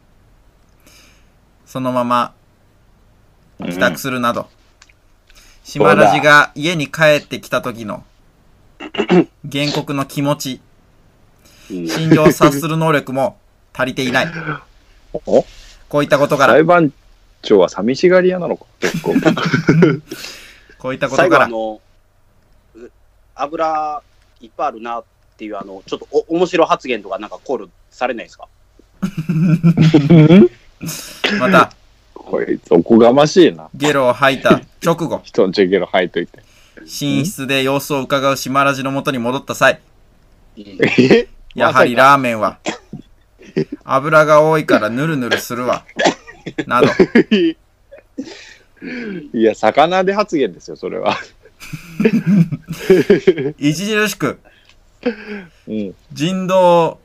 そのまま帰宅するなど、島ラジが家に帰ってきた時の原告の気持ち、心情を察する能力も足りていない。 おこういったことから、 裁判長は寂しがり屋なのか、結構。 こういったこと最から、 後油いっぱいあるなっていうちょっと面白発言とかなんかコールされないですか？ また、 こいつおこがましいな。 ゲロを吐いた直後、 人んちゲロ吐いといて。 寝室で様子を伺う島ラジの元に戻った際、 えやはりラーメンは、油が多いからヌルヌルするわ、など、 いや、魚で発言ですよ、それは。 著しく、 うん。 人道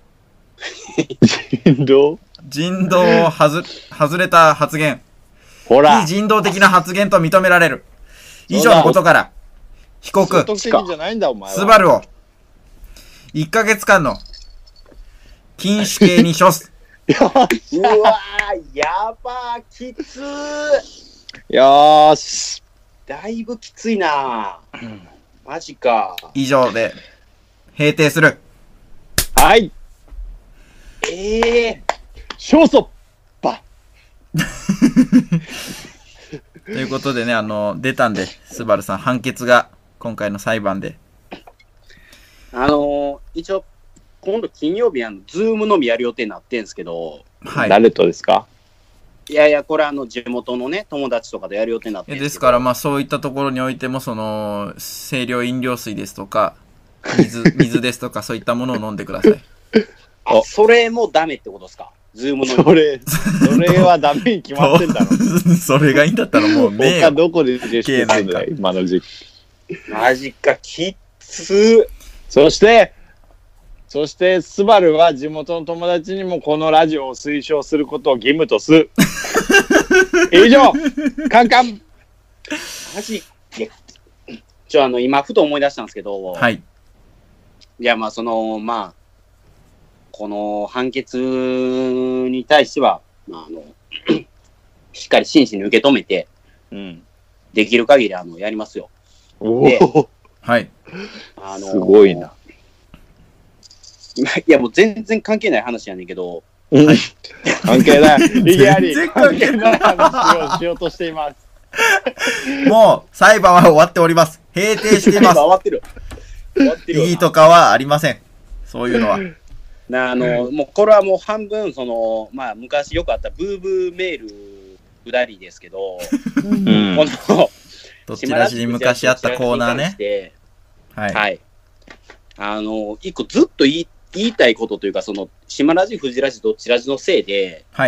どうを外れた発言、 ほら非人道的な発言と認められる。以上のことから、被告、 道徳的じゃないんだ、お前は。 スバルを、1ヶ月間の禁酒刑に処す。 うわー、やばー、きつー。 よーし。 だいぶきついなー。マジか。 以上で、閉廷する。 はい。勝訴ばということでね、出たんで、スバルさん、判決が、今回の裁判で。 一応、今度金曜日、ズームのみやる予定になってんですけど、 はい。 誰とですか？ いやいや、これ地元のね、友達とかでやる予定になってんですから、まあ、そういったところにおいても、清涼飲料水ですとか、水ですとか、そういったものを飲んでください。 あ、それもダメってことですか？ズームのみ。 それはダメに決まってんだろ。 それがいいんだったらもうねえよ。 他どこで自粛するんだよ、今の時期。 マジか、きつー。 そして、スバルは地元の友達にもこのラジオを推奨することを義務とする。以上、カンカン。 マジ今、ふと思い出したんですけど、 はい。 いや、まあ、この判決に対しては、しっかり真摯に受け止めて、できる限りやりますよ。ではい。 すごいな。 いや、もう全然関係ない話やねんけど、 関係ない。意義あり。 全然関係ない話をしようとしています。 もう、裁判は終わっております。閉廷しています。 終わってる。終わってるよな。 異議とかはありません。そういうのは。 もうこれはもう半分、昔よくあったブーブーメール下りですけど、この、 どちらしに昔あったコーナーね。 はい。一個ずっと言いたいことというか、島ラジ、フジラジ、どっちラジのせいで、 はい。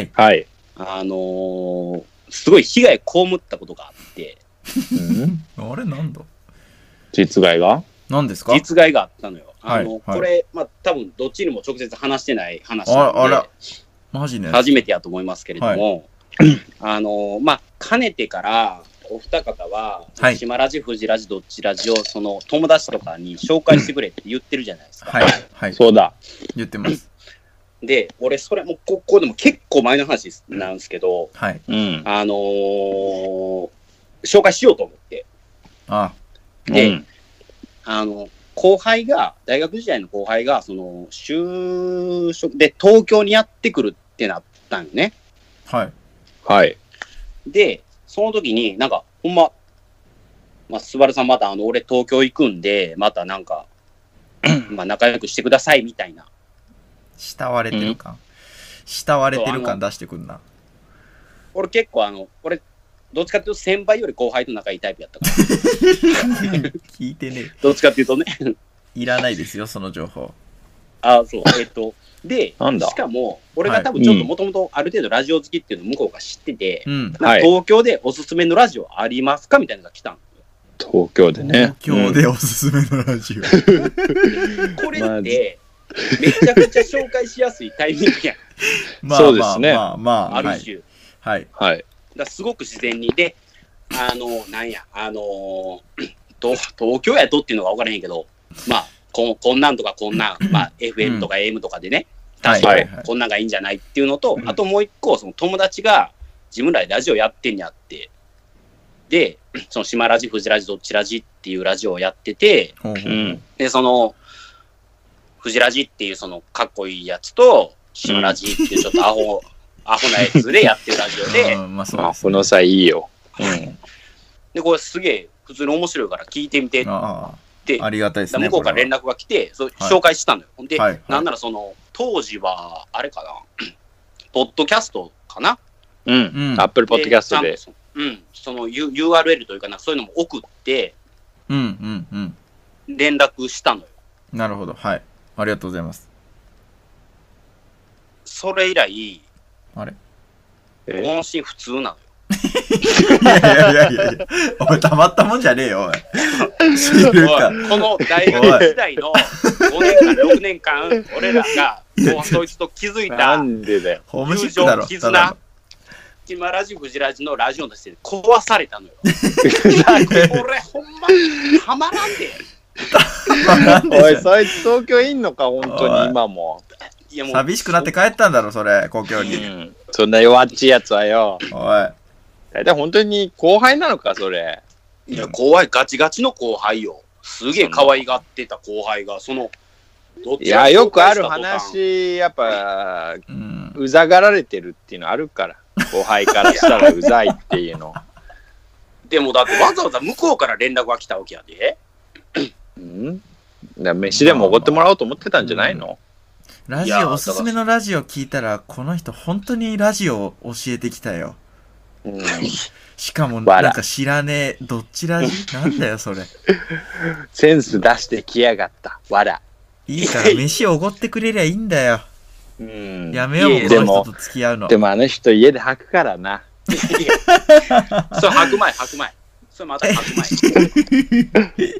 すごい被害被ったことがあって、 あれなんだ実害が何ですか？ 実害があったのよ。 これ、多分どっちにも直接話してない話なので、 あら、マジね。 初めてやと思いますけれども、かねてからお二方は、島ラジ、フジラジ、どっちラジを友達とかに紹介してくれって言ってるじゃないですか。 はい。 そうだ。 言ってます。 で、俺、それも、ここでも結構前の話なんですけど、 はい。 紹介しようと思って。で、後輩が、大学時代の後輩が、就職で東京にやってくるってなったんよね。 はい。 で、その時にほんま、スバルさんまた俺東京行くんで、また仲良くしてくださいみたいな。 慕われてる感。慕われてる感出してくんな。 俺結構俺、どっちかっていうと先輩より後輩と仲いいタイプやったから。 聞いてね。 どっちかっていうとね。 いらないですよ、その情報。 そう。で、しかも、俺が多分ちょっともともとある程度ラジオ好きっていうのを向こうが知ってて、東京でおすすめのラジオありますかみたいなのが来たんですよ。東京でね。 東京でおすすめのラジオ。 これって、めちゃくちゃ紹介しやすいタイミングやん。 そうですね。 ある種。 はい。 だすごく自然に。で、 なんや、東京やとっていうのが分からへんけど、まあ、こんなんとかこんなん、まあ、FM とか AM とかでね、確かにこんなんがいいんじゃないっていうのと、あともう一個、その友達が自分らでラジオやってんやって、で、その島ラジ、フジラジ、どっちラジっていうラジオをやってて、で、その、フジラジっていうそのかっこいいやつと、島ラジっていうちょっとアホなやつでやってるラジオで、 アホのさいいよ。 で、これすげえ普通に面白いから聞いてみてって、 ありがたいですね。 向こうから連絡が来て、紹介したのよ。ほんで、なんならその、当時は、あれかな、ポッドキャストかな、 アップルポッドキャストで。 その URL というかな、そういうのも送って、連絡したのよ。 なるほど。はい。ありがとうございます。 それ以来、 あれ音信不通なのよ。 いや、お前たまったもんじゃねえよ、おい。 この大学時代の5年間、6年間、俺らが、そいつと気づいた、友情、絆、島ラジ、フジラジのラジオとして壊されたのよ。これ、ほんま、たまらんで。 おい、そいつ東京いんのか、本当に今も。 寂しくなって帰ったんだろ、それ、故郷に。 そんな弱っちいやつはよ。 おい。 大体本当に後輩なのか、それ。 いや、後輩、ガチガチの後輩よ。すげえ可愛がってた後輩が、 いや、よくある話、やっぱ、うざがられてるっていうのあるから。後輩からしたらうざいっていうの。 でもだってわざわざ向こうから連絡が来たわけやで。 飯でもおごってもらおうと思ってたんじゃないの？ ラジオ、おすすめのラジオ聞いたら、この人本当にラジオを教えてきたよ。しかもなんか知らねえ、どっちラジなんだよそれ。 センス出してきやがった、わら。 いいから飯おごってくれりゃいいんだよ。やめよう、この人と付き合うの。 でもあの人家で吐くからな。 そう、吐く前。それまた吐く前。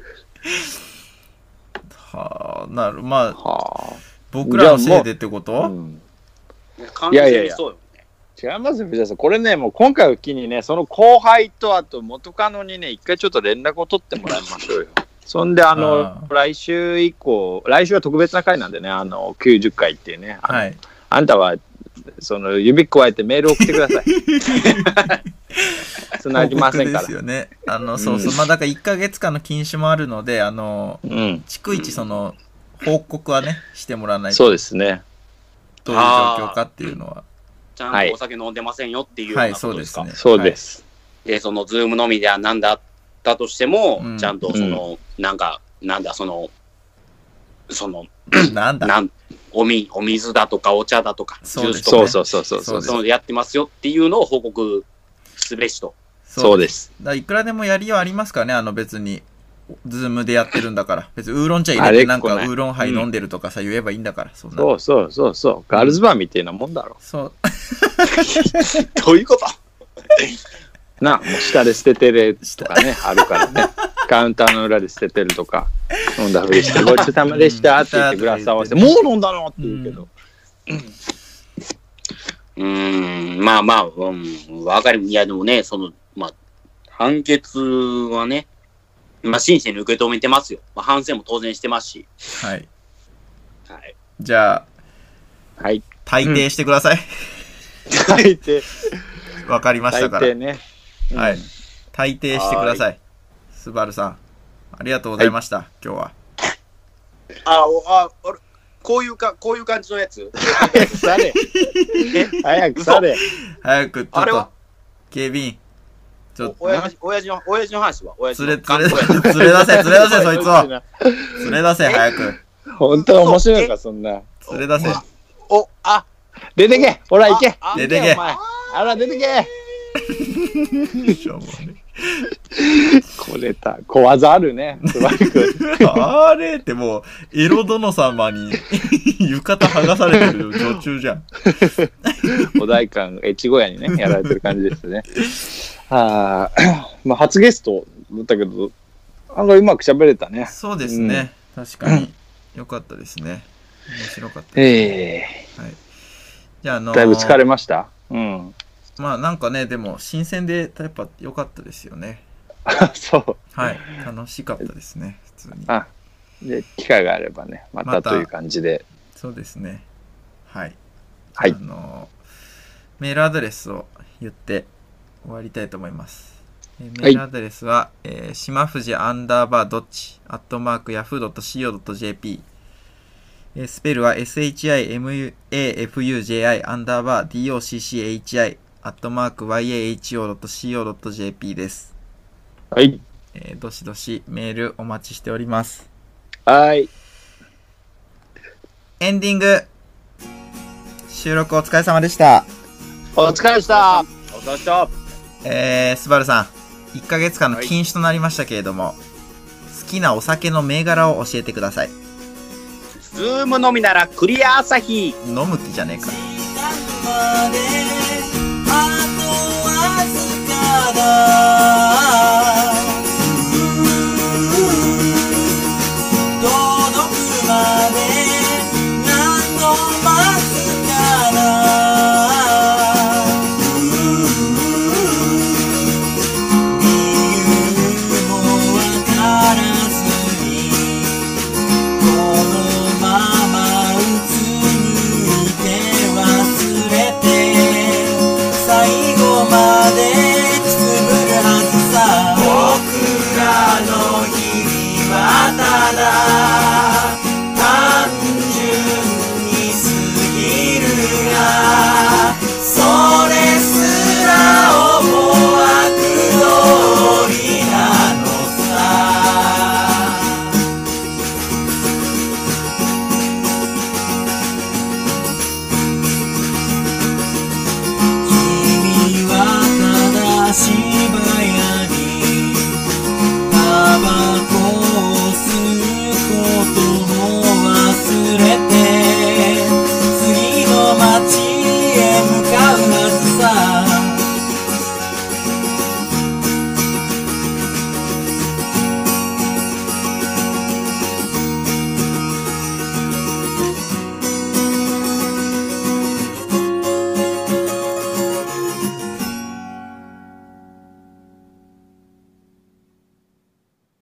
はあ、まあ、僕らのせいでってこと？ いや、違いますよ、藤田さん。これね、もう今回を機にね、その後輩とあと元カノにね、一回ちょっと連絡を取ってもらいましょうよ。そんで、来週以降、来週は特別な回なんでね、90回っていうね、あんたは、指くわえてメール送ってください。つなぎませんから。 ですよね。まあ、だから1ヶ月間の禁止もあるので、逐一報告はね、してもらわないと。 そうですね。 どういう状況かっていうのは。 ちゃんとお酒飲んでませんよっていうようなことですか？はい、 そうです。 で、ズームのみでは何だったとしても、ちゃんとお水だとかお茶だとか、ジュースとか、そうやってますよっていうのを報告すべしと。 そうです。 いくらでもやりようありますからね、別に。ズームでやってるんだから。別にウーロン茶入れてなんかウーロンハイ飲んでるとかさ、言えばいいんだから。 そう。ガールズバーみたいなもんだろ。 そう。 どういうこともう下で捨ててるとかね、あるからね。カウンターの裏で捨ててるとか、飲んだふりして、ごちそうさまでしたって言ってグラス合わせて、もう飲んだのって言うけど。 まあ、わかる。いや、でもね、判決はね、真摯に受け止めてますよ。反省も当然してますし。 はい。じゃあ、退廷してください。 退廷。 わかりましたから。 退廷ね。 はい。退廷してください。スバルさん、ありがとうございました、今日は。 こういう感じのやつ早くされ。早くされ。 早く、ちょっと、警備員。ちょっと、 親父の話は連れ出せ、そいつを。連れ出せ、早く。 本当面白いか、そんな。 連れ出せ。 出てけ、ほら、行け。 出てけ。 あら、出てけ。 しょうもね。 これ小技あるね。 あれってもう、エロ殿様に浴衣剥がされてる途中じゃん。 お代官、越後屋にね、やられてる感じですね。初ゲストだったけど、うまく喋れたね。 そうですね。確かに。よかったですね。面白かったです。 じゃあ、 だいぶ疲れました？ まあなんかね、でも新鮮でやっぱ良かったですよね。 そう。 はい。楽しかったですね、普通に。 で、機会があればね、またという感じで。 そうですね。はい。 はい。 メールアドレスを言って終わりたいと思います。メールアドレスは、しまふじ_どっち@yahoo.co.jp。スペルは shimafuji _docchi @yaho.co.jp です。 はい。 どしどしメールお待ちしております。 はい。 エンディング。収録お疲れ様でした。 お疲れでした。 お疲れ様でした。 スバルさん、1ヶ月間の禁酒となりましたけれども、好きなお酒の銘柄を教えてください。 ズームのみならクリア朝日。 飲む気じゃねえか。 僕らの日々はただ